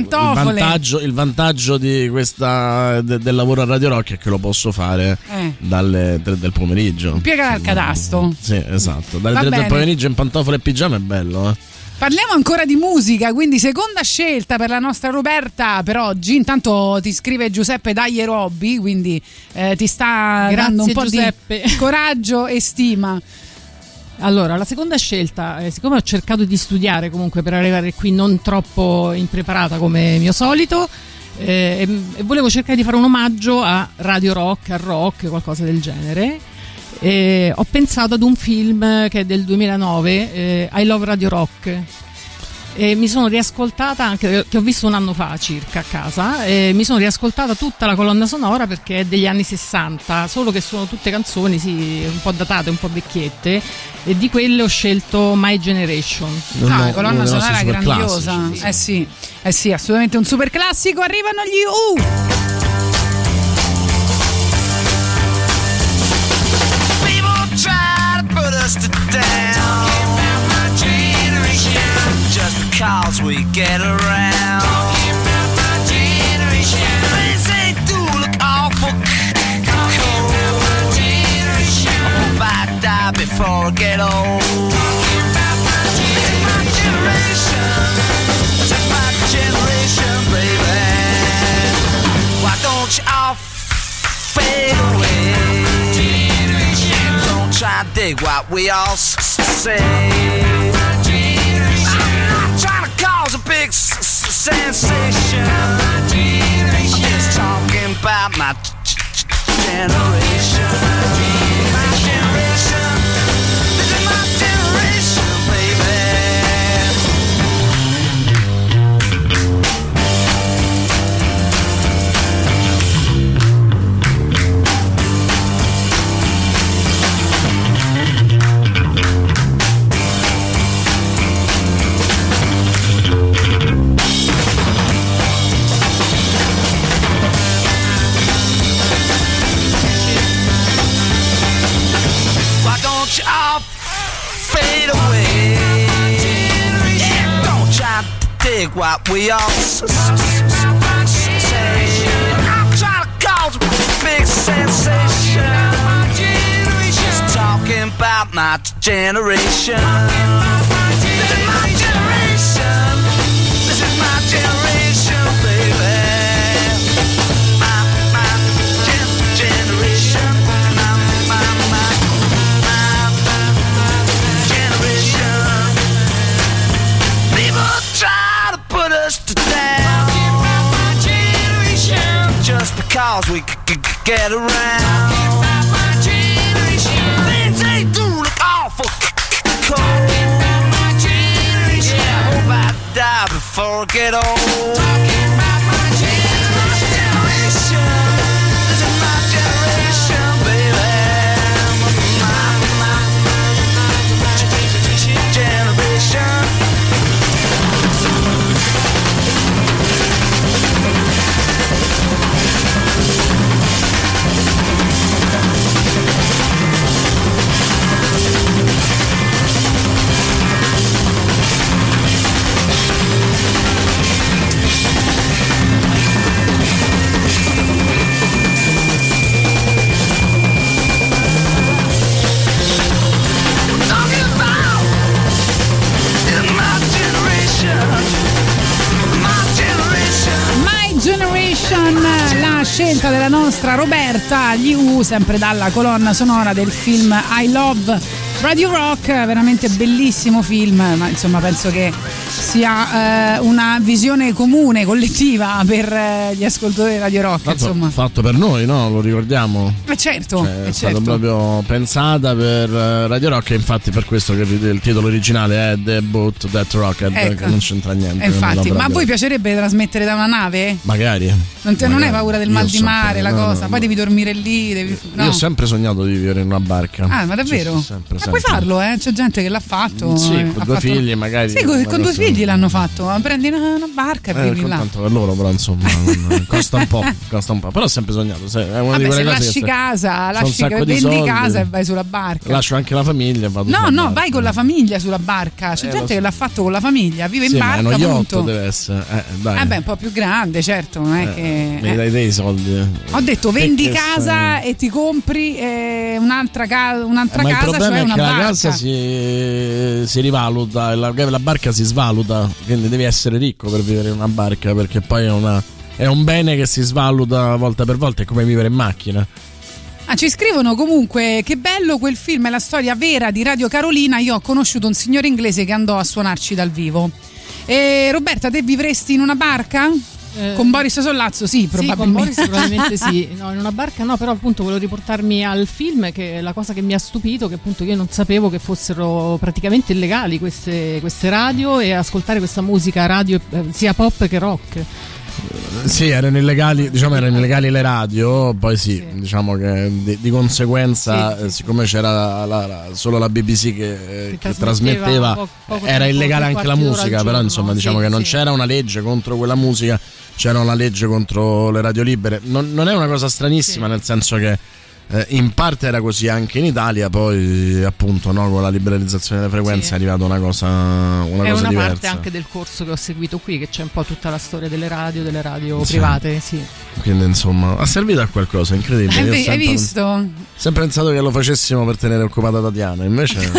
il vantaggio di questa del lavoro a Radio Rock è che lo posso fare dalle 3 del pomeriggio. Piega al catasto. Sì, esatto. Dalle 3 del pomeriggio in pantofole e pigiama è bello, Parliamo ancora di musica, quindi seconda scelta per la nostra Roberta per oggi. Intanto ti scrive Giuseppe Dagli Robbi, quindi ti sta dando un po' Giuseppe. Di coraggio e stima. Allora, la seconda scelta, siccome ho cercato di studiare comunque per arrivare qui non troppo impreparata come mio solito, e volevo cercare di fare un omaggio a Radio Rock, a rock, qualcosa del genere. Ho pensato ad un film che è del 2009, I Love Radio Rock. E mi sono riascoltata anche, che ho visto un anno fa circa a casa, e mi sono riascoltata tutta la colonna sonora perché è degli anni 60, solo che sono tutte canzoni un po' datate, un po' vecchiette, e di quelle ho scelto My Generation. La colonna sonora grandiosa. Sì, assolutamente un super classico. Arrivano gli People try to put us to down. Just because we get around. Things they do look awful cold. I hope I die before I get old. This is my generation. This is my generation, baby. Why don't you all fade away? Don't try to dig what we all say. Trying to cause a big sensation. I'm just talking about my generation. My generation. This is my generation, baby. All fade away. Yeah, don't try to dig what we all say. I'm trying to cause a big sensation. Just talking about my generation. This is my generation. This is my generation, baby. Try to put us to down. Just because we get around. Things they do look awful cold. Yeah, I hope I die before I get old. scelta della nostra Roberta, gli U, sempre dalla colonna sonora del film I Love Radio Rock, veramente bellissimo film, ma insomma penso che sia una visione comune, collettiva per gli ascoltatori di Radio Rock. Insomma, fatto per noi, no? Lo ricordiamo? Certo, è stato proprio pensata per Radio Rock, e infatti per questo che il titolo originale è The Boat That Rock, che non c'entra niente. Infatti, ma a voi piacerebbe trasmettere da una nave? Magari. Non hai paura del mal di mare, la cosa? Poi devi dormire lì. Io ho sempre sognato di vivere in una barca. Ah, ma davvero? Sempre. Puoi farlo, c'è gente che l'ha fatto. Sì, con due figli magari. Sì, con due figli l'hanno fatto. Prendi una barca e vivi là. Tanto per loro, però insomma costa un po'. Però ho sempre sognato. È una di quelle cose lasci casa, vendi soldi, casa e vai sulla barca. Lascio anche la famiglia. No, vai con la famiglia sulla barca. C'è gente che l'ha fatto con la famiglia, vive in barca. Ma uno yacht deve essere. Dai. Un po' più grande, certo. Non è che. Mi dai dei soldi. Ho detto vendi casa e ti compri un'altra casa. Ma casa, il problema cioè è una che barca. la casa si rivaluta, la barca si svaluta, quindi devi essere ricco per vivere in una barca, perché poi è un bene che si svaluta volta per volta, è come vivere in macchina. Ci scrivono comunque: che bello quel film, è la storia vera di Radio Carolina. Io ho conosciuto un signore inglese che andò a suonarci dal vivo. E Roberta, te vivresti in una barca? Con Boris Sollazzo sì, probabilmente. Sì, con Boris probabilmente sì. No, in una barca no, però appunto volevo riportarmi al film, che la cosa che mi ha stupito, che appunto io non sapevo che fossero praticamente illegali queste radio, e ascoltare questa musica radio sia pop che rock. Sì, erano illegali le radio, poi sì. Diciamo che di conseguenza, siccome c'era solo la BBC che trasmetteva, era illegale anche la musica, però insomma diciamo che non c'era una legge contro quella musica, c'era una legge contro le radio libere. Non è una cosa stranissima, nel senso che in parte era così anche in Italia, poi appunto con la liberalizzazione delle frequenze è arrivata una cosa diversa. Parte anche del corso che ho seguito qui, che c'è un po' tutta la storia delle radio private, sì. Quindi insomma ha servito a qualcosa, incredibile. Hai visto? Sempre pensato che lo facessimo per tenere occupata Tatiana, invece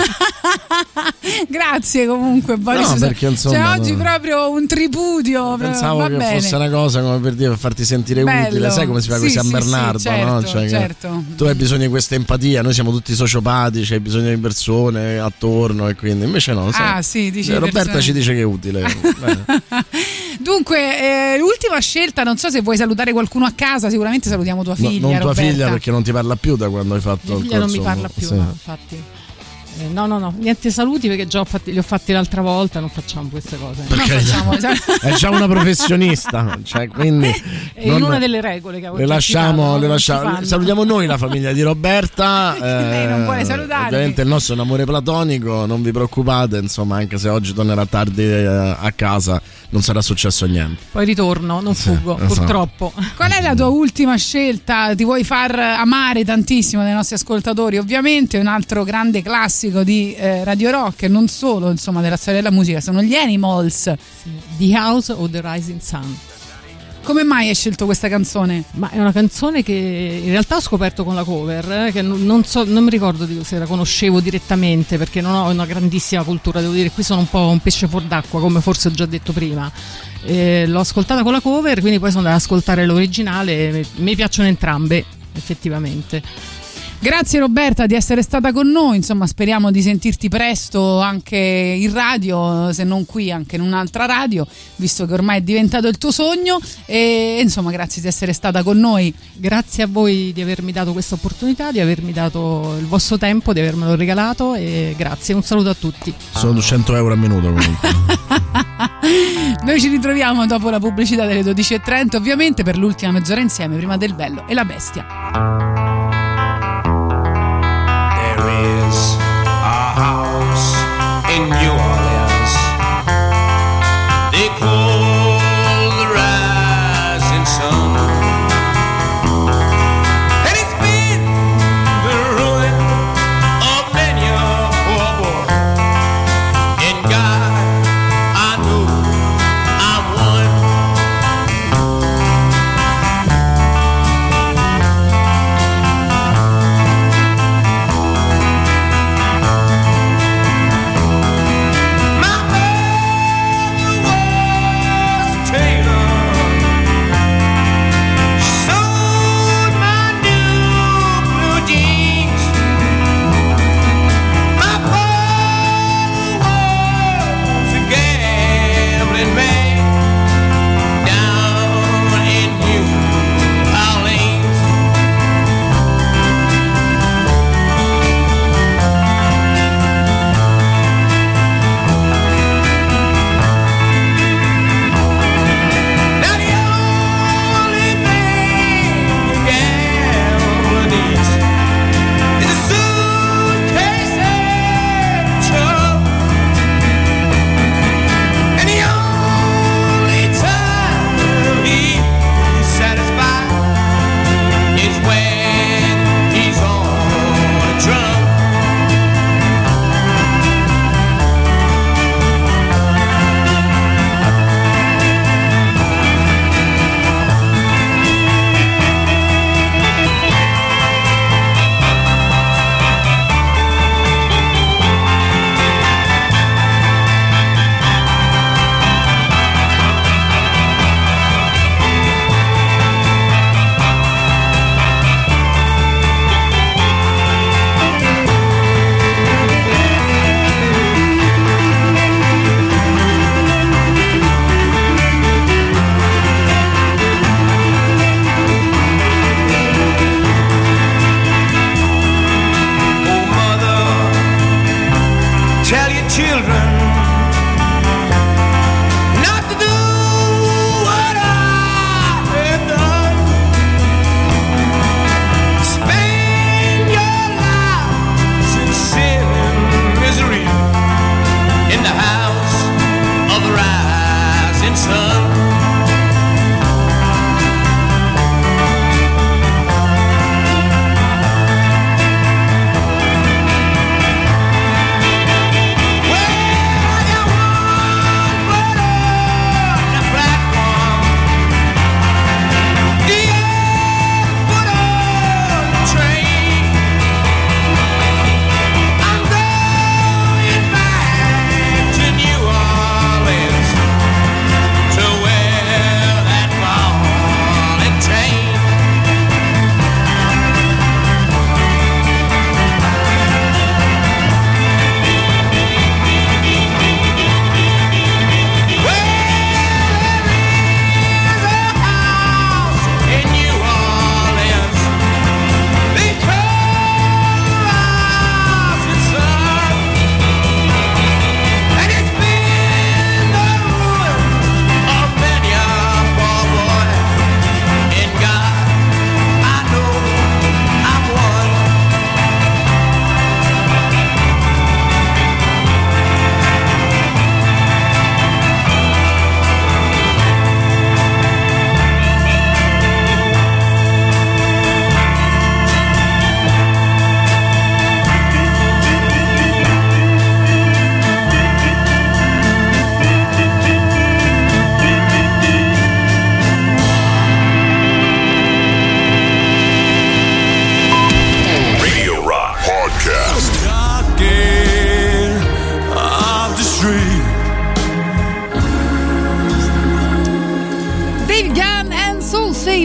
grazie comunque Boris. No, perché insomma oggi proprio un tripudio. Pensavo che fosse una cosa come per dire, per farti sentire utile, sai come si fa con San Bernardo, certo, no? Cioè, certo. Tu hai bisogno di questa empatia, noi siamo tutti sociopatici, hai bisogno di persone attorno, e quindi invece no, sai? Dici Roberta ci dice che è utile. Dunque, l'ultima scelta, non so se vuoi salutare qualcuno a casa, sicuramente salutiamo tua figlia. Non tua Roberta. figlia, perché non ti parla più da quando hai fatto il corso. Mia figlia non mi parla più, no, infatti. No, niente saluti, perché già li ho fatti l'altra volta, non facciamo queste cose. Perché è già una professionista, cioè, quindi è in una delle regole che avevo le lasciamo. Salutiamo noi la famiglia di Roberta. Lei non vuole salutarvi. Ovviamente il nostro è un amore platonico, non vi preoccupate, insomma, anche se oggi tornerà tardi a casa non sarà successo niente. Poi ritorno, non fuggo, purtroppo. Qual è la tua ultima scelta? Ti vuoi far amare tantissimo dai nostri ascoltatori, ovviamente. Un altro grande classico di Radio Rock, e non solo, insomma, della storia della musica, sono gli Animals. The House of the Rising Sun. Come mai hai scelto questa canzone? Ma è una canzone che in realtà ho scoperto con la cover, che non mi ricordo se la conoscevo direttamente, perché non ho una grandissima cultura, devo dire, qui sono un po' un pesce fuor d'acqua, come forse ho già detto prima. L'ho ascoltata con la cover, quindi poi sono andata ad ascoltare l'originale. Mi piacciono entrambe, effettivamente. Grazie Roberta di essere stata con noi, insomma speriamo di sentirti presto anche in radio, se non qui anche in un'altra radio, visto che ormai è diventato il tuo sogno, e insomma grazie di essere stata con noi. Grazie a voi di avermi dato questa opportunità, di avermi dato il vostro tempo, di avermelo regalato, e grazie, un saluto a tutti. Sono 200 euro a minuto comunque. Noi ci ritroviamo dopo la pubblicità delle 12:30, ovviamente, per l'ultima mezz'ora insieme, prima del Bello e la Bestia. In New Orleans, they call the rising sun, and it's been the ruin of many a poor boy. And God, I know I'm one. My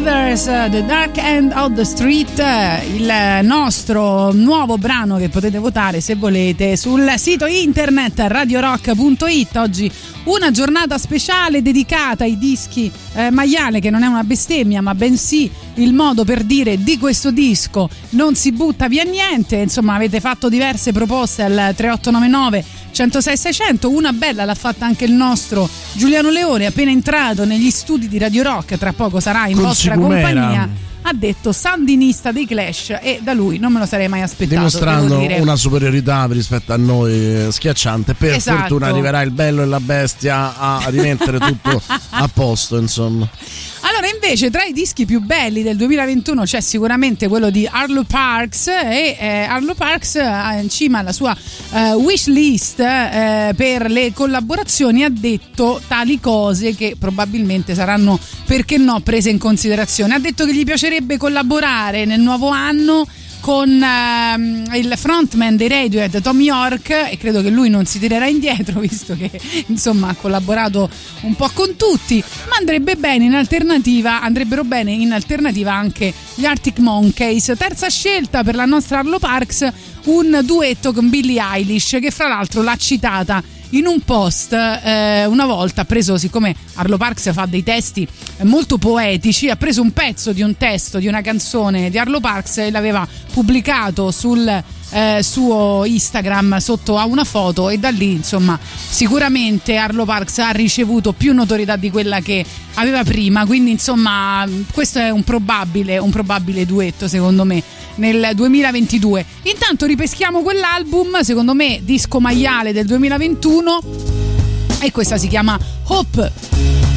Rivers, The Dark End of the Street, il nostro nuovo brano che potete votare se volete sul sito internet radiorock.it. Oggi una giornata speciale dedicata ai dischi maiale, che non è una bestemmia ma bensì il modo per dire di questo disco non si butta via niente. Insomma, avete fatto diverse proposte al 3899 106 600, una bella l'ha fatta anche il nostro Giuliano Leone, appena entrato negli studi di Radio Rock, tra poco sarà in vostra compagnia. Ha detto sandinista dei Clash, e da lui non me lo sarei mai aspettato, dimostrando una superiorità rispetto a noi schiacciante. Per fortuna arriverà il bello e la bestia a rimettere tutto a posto, insomma. Allora, invece, tra i dischi più belli del 2021 c'è sicuramente quello di Arlo Parks, e Arlo Parks in cima alla sua wish list per le collaborazioni ha detto tali cose che probabilmente saranno, perché no, prese in considerazione. Ha detto che gli piacerebbe collaborare nel nuovo anno con il frontman dei Radiohead, Tom York, e credo che lui non si tirerà indietro, visto che insomma ha collaborato un po' con tutti. Ma andrebbero bene in alternativa anche gli Arctic Monkeys. Terza scelta per la nostra Arlo Parks, un duetto con Billie Eilish, che fra l'altro l'ha citata in un post una volta. Ha preso, siccome Arlo Parks fa dei testi molto poetici, ha preso un pezzo di un testo di una canzone di Arlo Parks e l'aveva pubblicato sul suo Instagram sotto a una foto, e da lì insomma sicuramente Arlo Parks ha ricevuto più notorietà di quella che aveva prima, quindi insomma questo è un probabile duetto secondo me nel 2022. Intanto ripeschiamo quell'album, secondo me disco maiale del 2021, e questa si chiama Hope.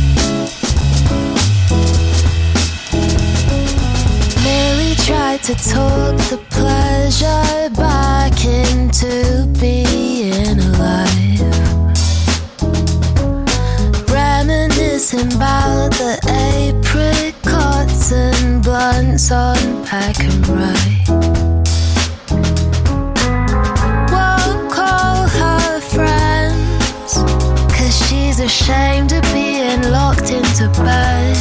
Tried to talk the pleasure back into being alive, reminiscing about the apricots and blunts on Pack and Rye. Won't call her friends, 'cause she's ashamed of being locked into bed.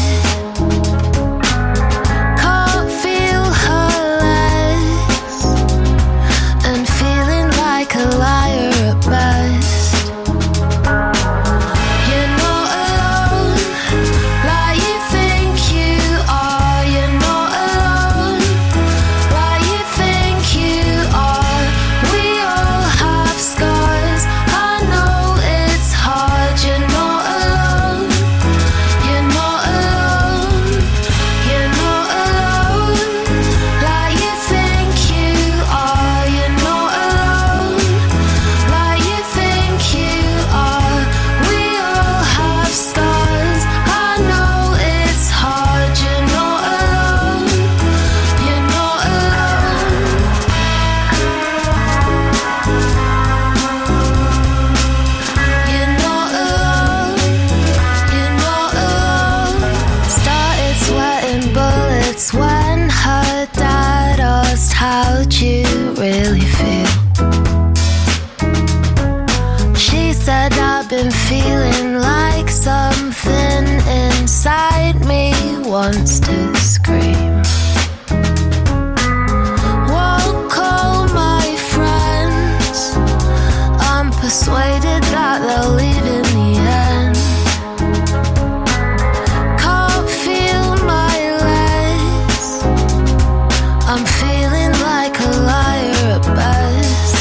A liar at best. You're not alone, like you think you are. You're not alone, like you think you are. We all have scars, I know it's hard. You're not alone, you're not alone. You're not alone, like you think you are. You're not alone, like you think you are. We all have scars, I know it's hard. You're not alone, you're not alone. You're not alone, you're not alone. Started sweating bullets when her dad asked, how'd you really feel? She said, I've been feeling like something inside me wants to scream. Won't call my friends, I'm persuaded that they'll leave in the end. Can't feel my legs, I'm feeling like a liar at best.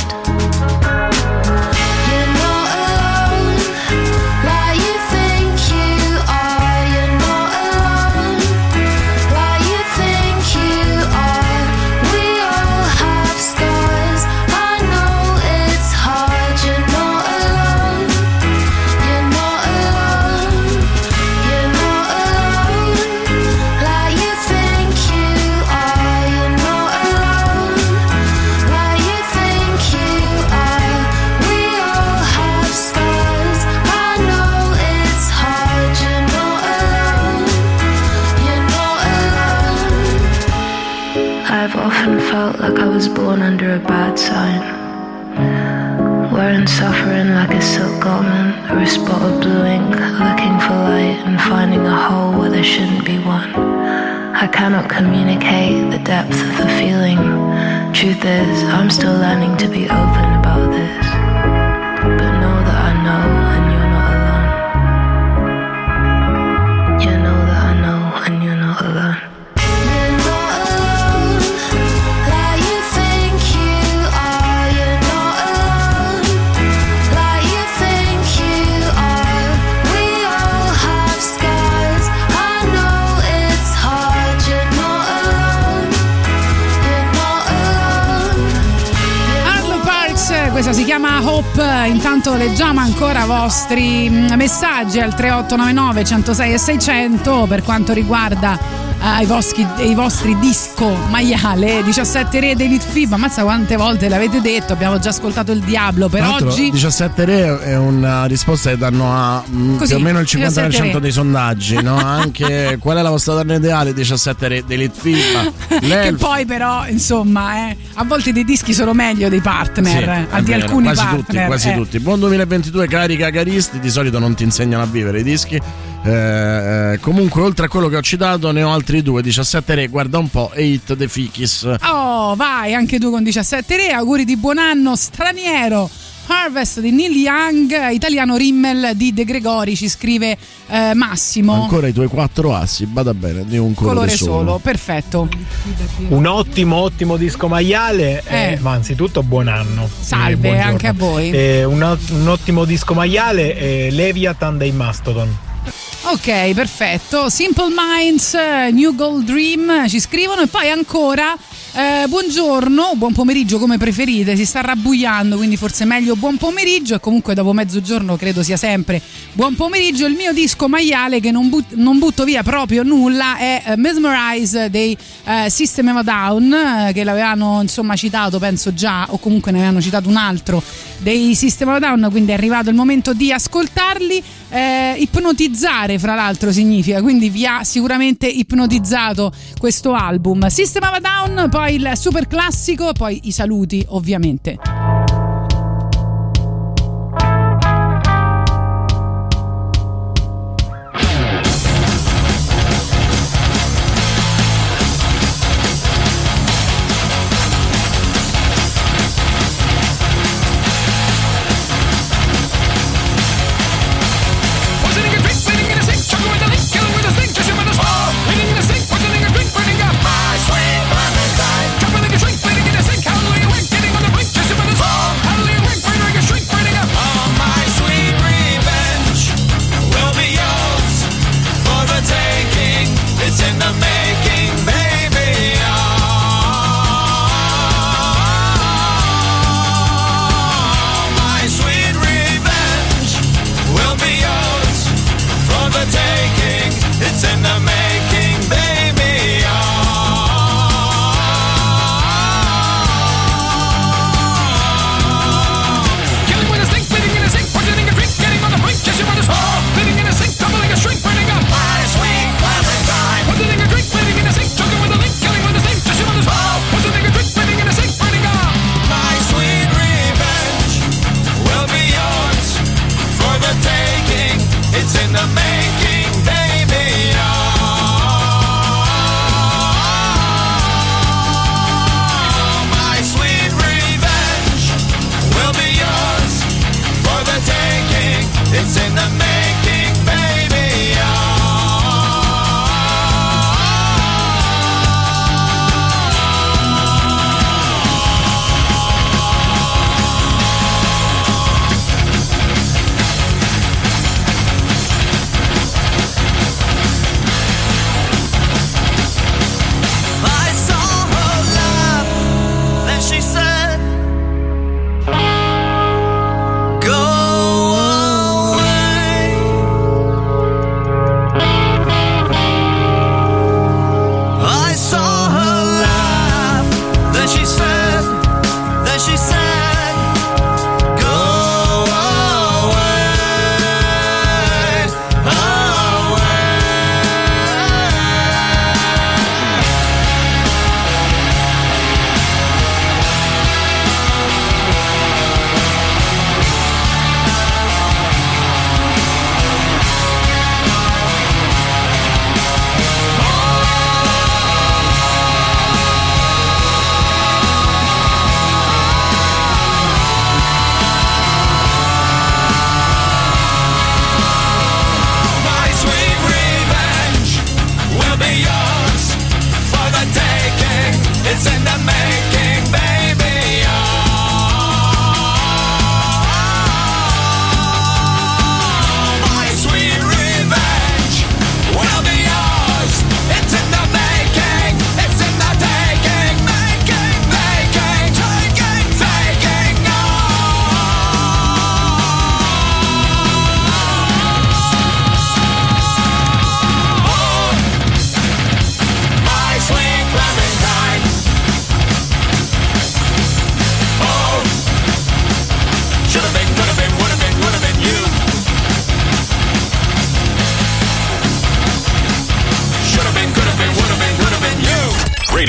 You're not alone, like you think you are. You're not alone, like you think you are. We all have scars, I know it's hard. You're not alone, you're not alone. You're not alone, like you think you are. You're not alone, like you think you are. We all have scars, I know it's hard. You're not alone, you're not alone. I've often felt like I was born under a bad sign, wearing suffering like a silk garment or a spot of blue ink, looking for light and finding a hole where there shouldn't be one. cannot communicate the depth of the feeling. Truth is, I'm still learning to be open about this. But know that I know, and you're not alone. You know that I know, and you're not alone. Questa si chiama Hope. Intanto leggiamo ancora vostri messaggi al 3899 106 e 600 per quanto riguarda i vostri disco maiale. 17 re dei Litfib, ammazza quante volte l'avete detto, abbiamo già ascoltato il Diablo per oggi. 17 re è una risposta che danno a più o meno il 50% dei sondaggi, no? Anche qual è la vostra donna ideale? 17 re dei Litfib. Che poi però insomma a volte dei dischi sono meglio dei partner, sì, di alcuni quasi partner. Quasi tutti. Buon 2022 cari cagaristi, di solito non ti insegnano a vivere i dischi. Comunque oltre a quello che ho citato ne ho altri due, 17 re, guarda un po', e Hit The Fikis. Oh vai, anche tu con 17 re, auguri di buon anno. Straniero, Harvest di Neil Young, italiano Rimmel di De Gregori, ci scrive Massimo. Ancora i tuoi 4 assi, bada bene, di un colore solo. Perfetto. Un ottimo disco maiale, ma anzitutto buon anno. Salve anche a voi. Un ottimo disco maiale è Leviathan dei Mastodon. Ok, perfetto. Simple Minds, New Gold Dream ci scrivono. E poi ancora buongiorno, buon pomeriggio come preferite, si sta rabbuiando quindi forse meglio buon pomeriggio, e comunque dopo mezzogiorno credo sia sempre buon pomeriggio. Il mio disco maiale che non butto via proprio nulla è Mesmerize dei System of a Down, che l'avevano insomma citato penso già, o comunque ne avevano citato un altro dei System of a Down, quindi è arrivato il momento di ascoltarli. Ipnotizzare fra l'altro significa, quindi vi ha sicuramente ipnotizzato questo album System of a Down, poi il super classico, poi i saluti ovviamente. Sweet Valentine, jumping like a drink, waiting in a sink, hallelujah, wink, getting on the brink, just a minute.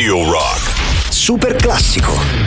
Radio Rock. Super classico.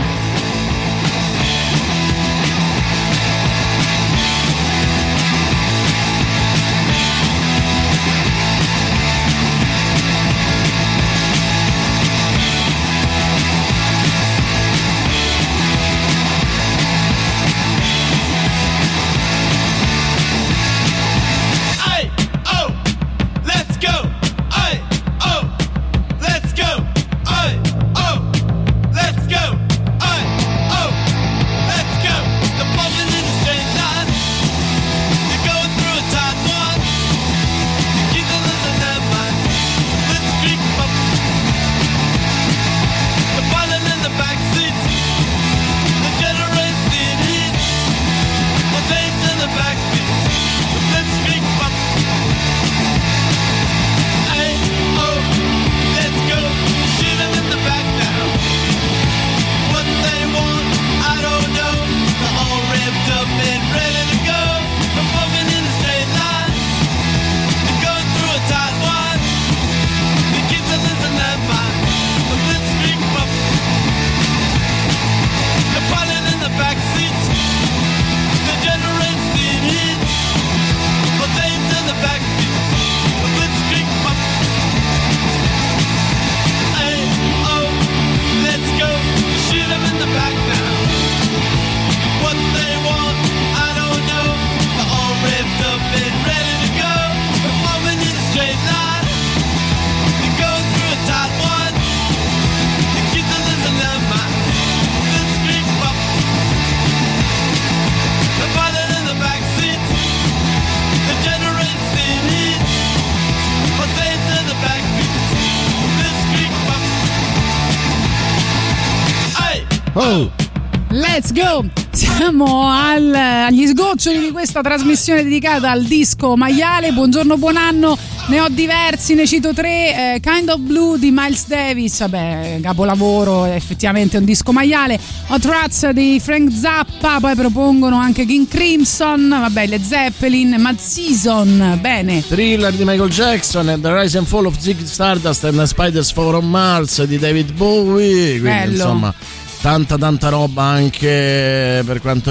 Let's go! Siamo agli sgoccioli di questa trasmissione dedicata al disco maiale. Buongiorno, buon anno. Ne ho diversi, ne cito tre. Kind of Blue di Miles Davis, vabbè, capolavoro, effettivamente un disco maiale. Hot Rats di Frank Zappa, poi propongono anche King Crimson, vabbè, Led Zeppelin, Mad Season, bene. Thriller di Michael Jackson, and The Rise and Fall of Ziggy Stardust and The Spiders Fall on Mars di David Bowie. Quindi bello. Insomma tanta roba anche per quanto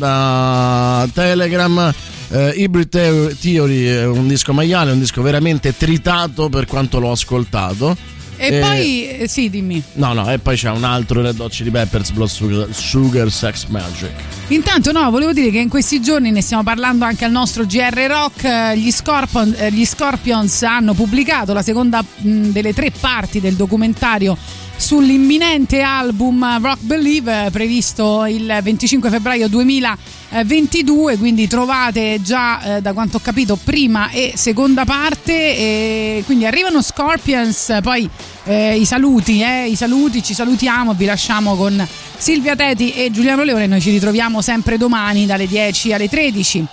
riguarda Telegram. Hybrid Theory è un disco maiale, un disco veramente tritato per quanto l'ho ascoltato. E poi sì, dimmi. No, e poi c'è un altro Red Hot Chili Peppers, Blood Sugar Sex Magic. Intanto volevo dire che in questi giorni ne stiamo parlando anche al nostro GR Rock. Gli Scorpions hanno pubblicato la seconda delle tre parti del documentario sull'imminente album Rock Believe, previsto il 25 febbraio 2022, quindi trovate già da quanto ho capito prima e seconda parte, e quindi arrivano Scorpions. Poi i saluti, ci salutiamo, vi lasciamo con Silvia Teti e Giuliano Leone. Noi ci ritroviamo sempre domani dalle 10 alle 13.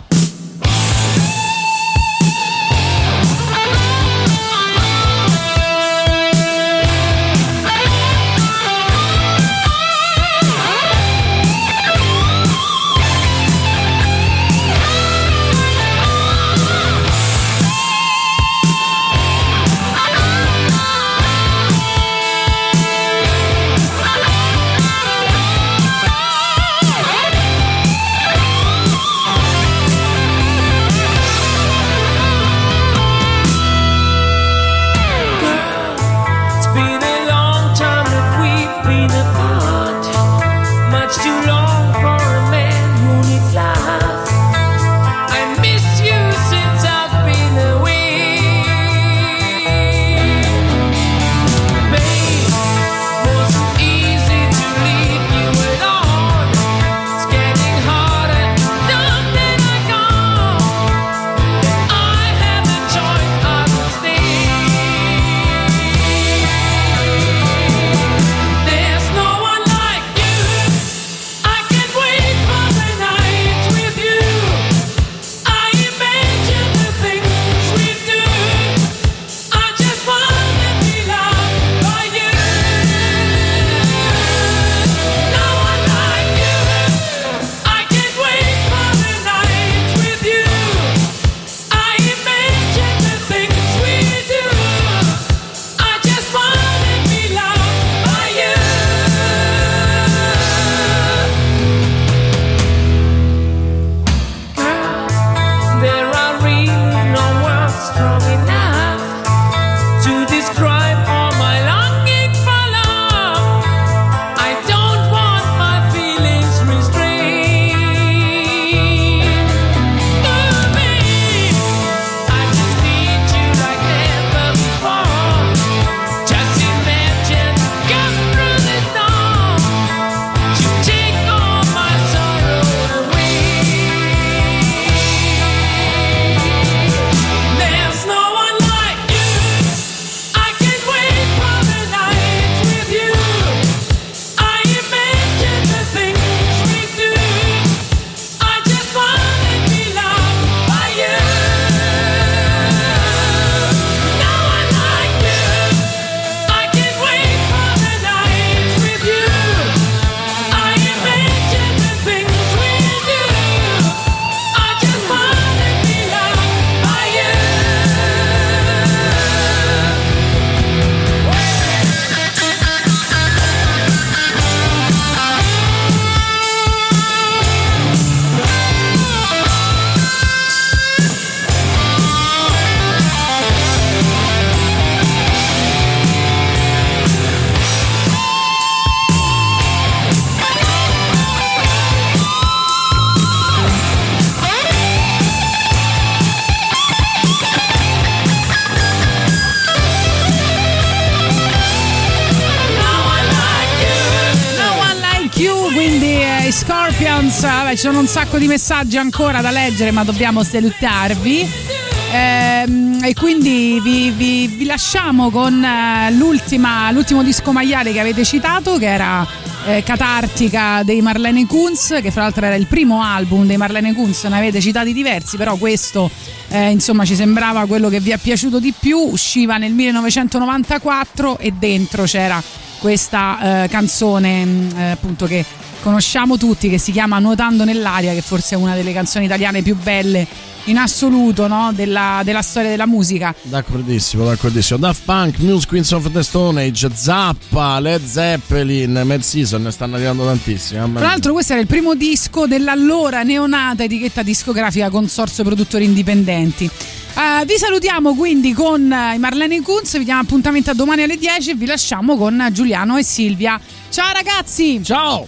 Scorpions. Vabbè, ci sono un sacco di messaggi ancora da leggere, ma dobbiamo salutarvi. E quindi vi lasciamo con l'ultimo disco maiale che avete citato, che era Catartica dei Marlene Kunz, che fra l'altro era il primo album dei Marlene Kunz. Ne avete citati diversi, però questo insomma ci sembrava quello che vi è piaciuto di più. Usciva nel 1994 e dentro c'era questa canzone appunto che conosciamo tutti, che si chiama Nuotando nell'aria, che forse è una delle canzoni italiane più belle in assoluto, no? della storia della musica. D'accordissimo. Daft Punk, Muse, Queens of the Stone Age, Zappa, Led Zeppelin, Mad Season, ne stanno arrivando tantissimi. Tra l'altro questo era il primo disco dell'allora neonata etichetta discografica Consorzio Produttori Indipendenti. Vi salutiamo quindi con i Marlene Kunz, vi diamo appuntamento a domani alle 10 e vi lasciamo con Giuliano e Silvia. Ciao ragazzi! Ciao!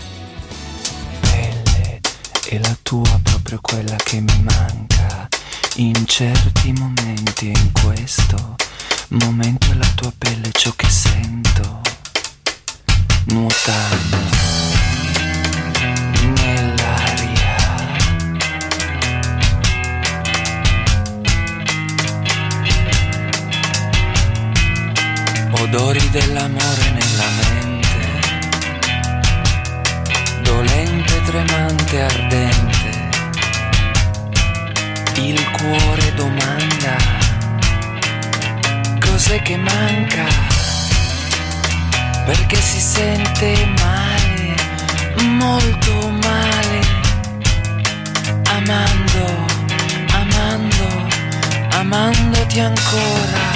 E la tua proprio quella che mi manca in certi momenti, e in questo momento è la tua pelle ciò che sento, nuotando nell'aria. Odori dell'amore nella mente, dolente, tremante, ardente, il cuore domanda cos'è che manca, perché si sente male, molto male, amandoti ancora.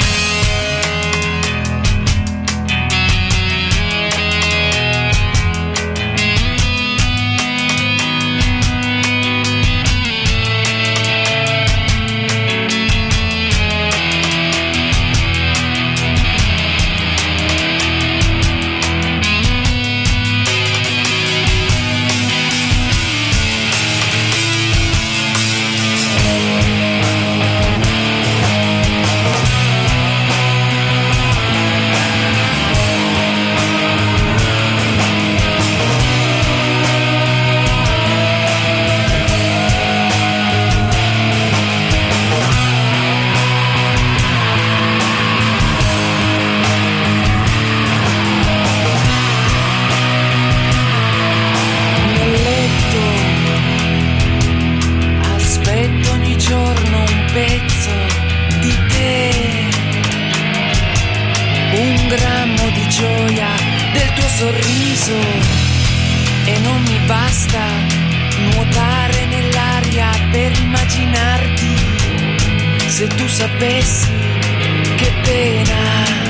E non mi basta nuotare nell'aria per immaginarti. Se tu sapessi che pena.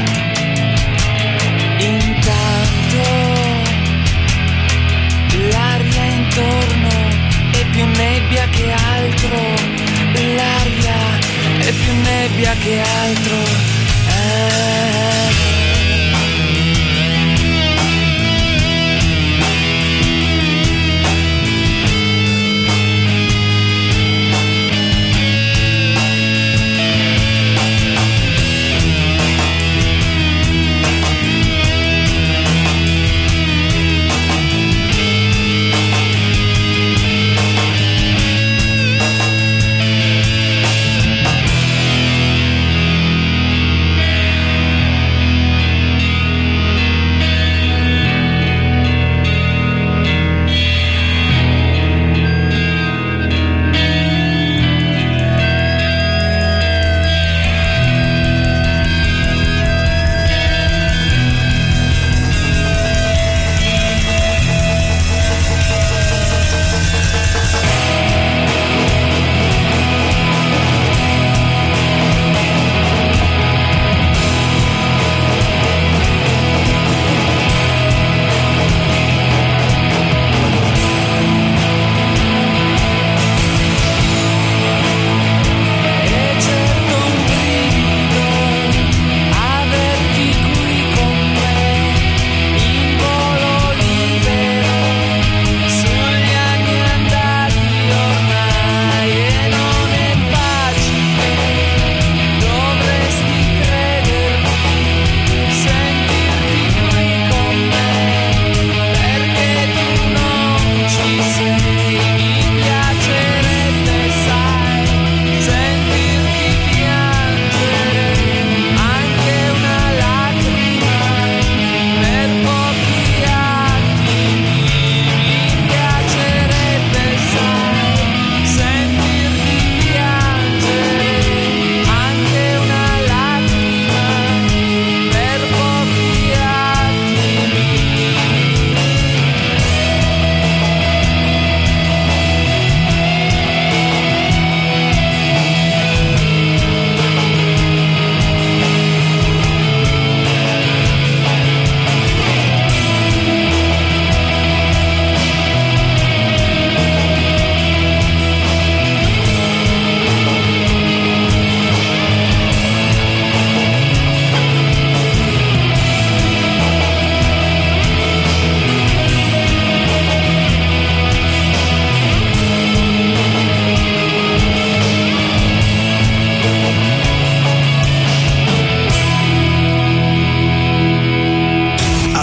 Intanto l'aria intorno è più nebbia che altro. L'aria è più nebbia che altro.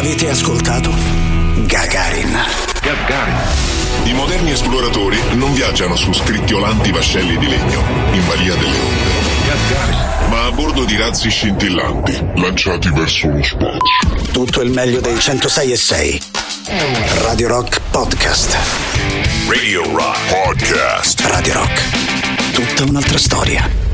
Avete ascoltato Gagarin. I moderni esploratori non viaggiano su scricchiolanti vascelli di legno in balia delle onde, ma a bordo di razzi scintillanti lanciati verso lo spazio. Tutto il meglio dei 106.6. Radio Rock Podcast. Radio Rock Podcast. Radio Rock. Tutta un'altra storia.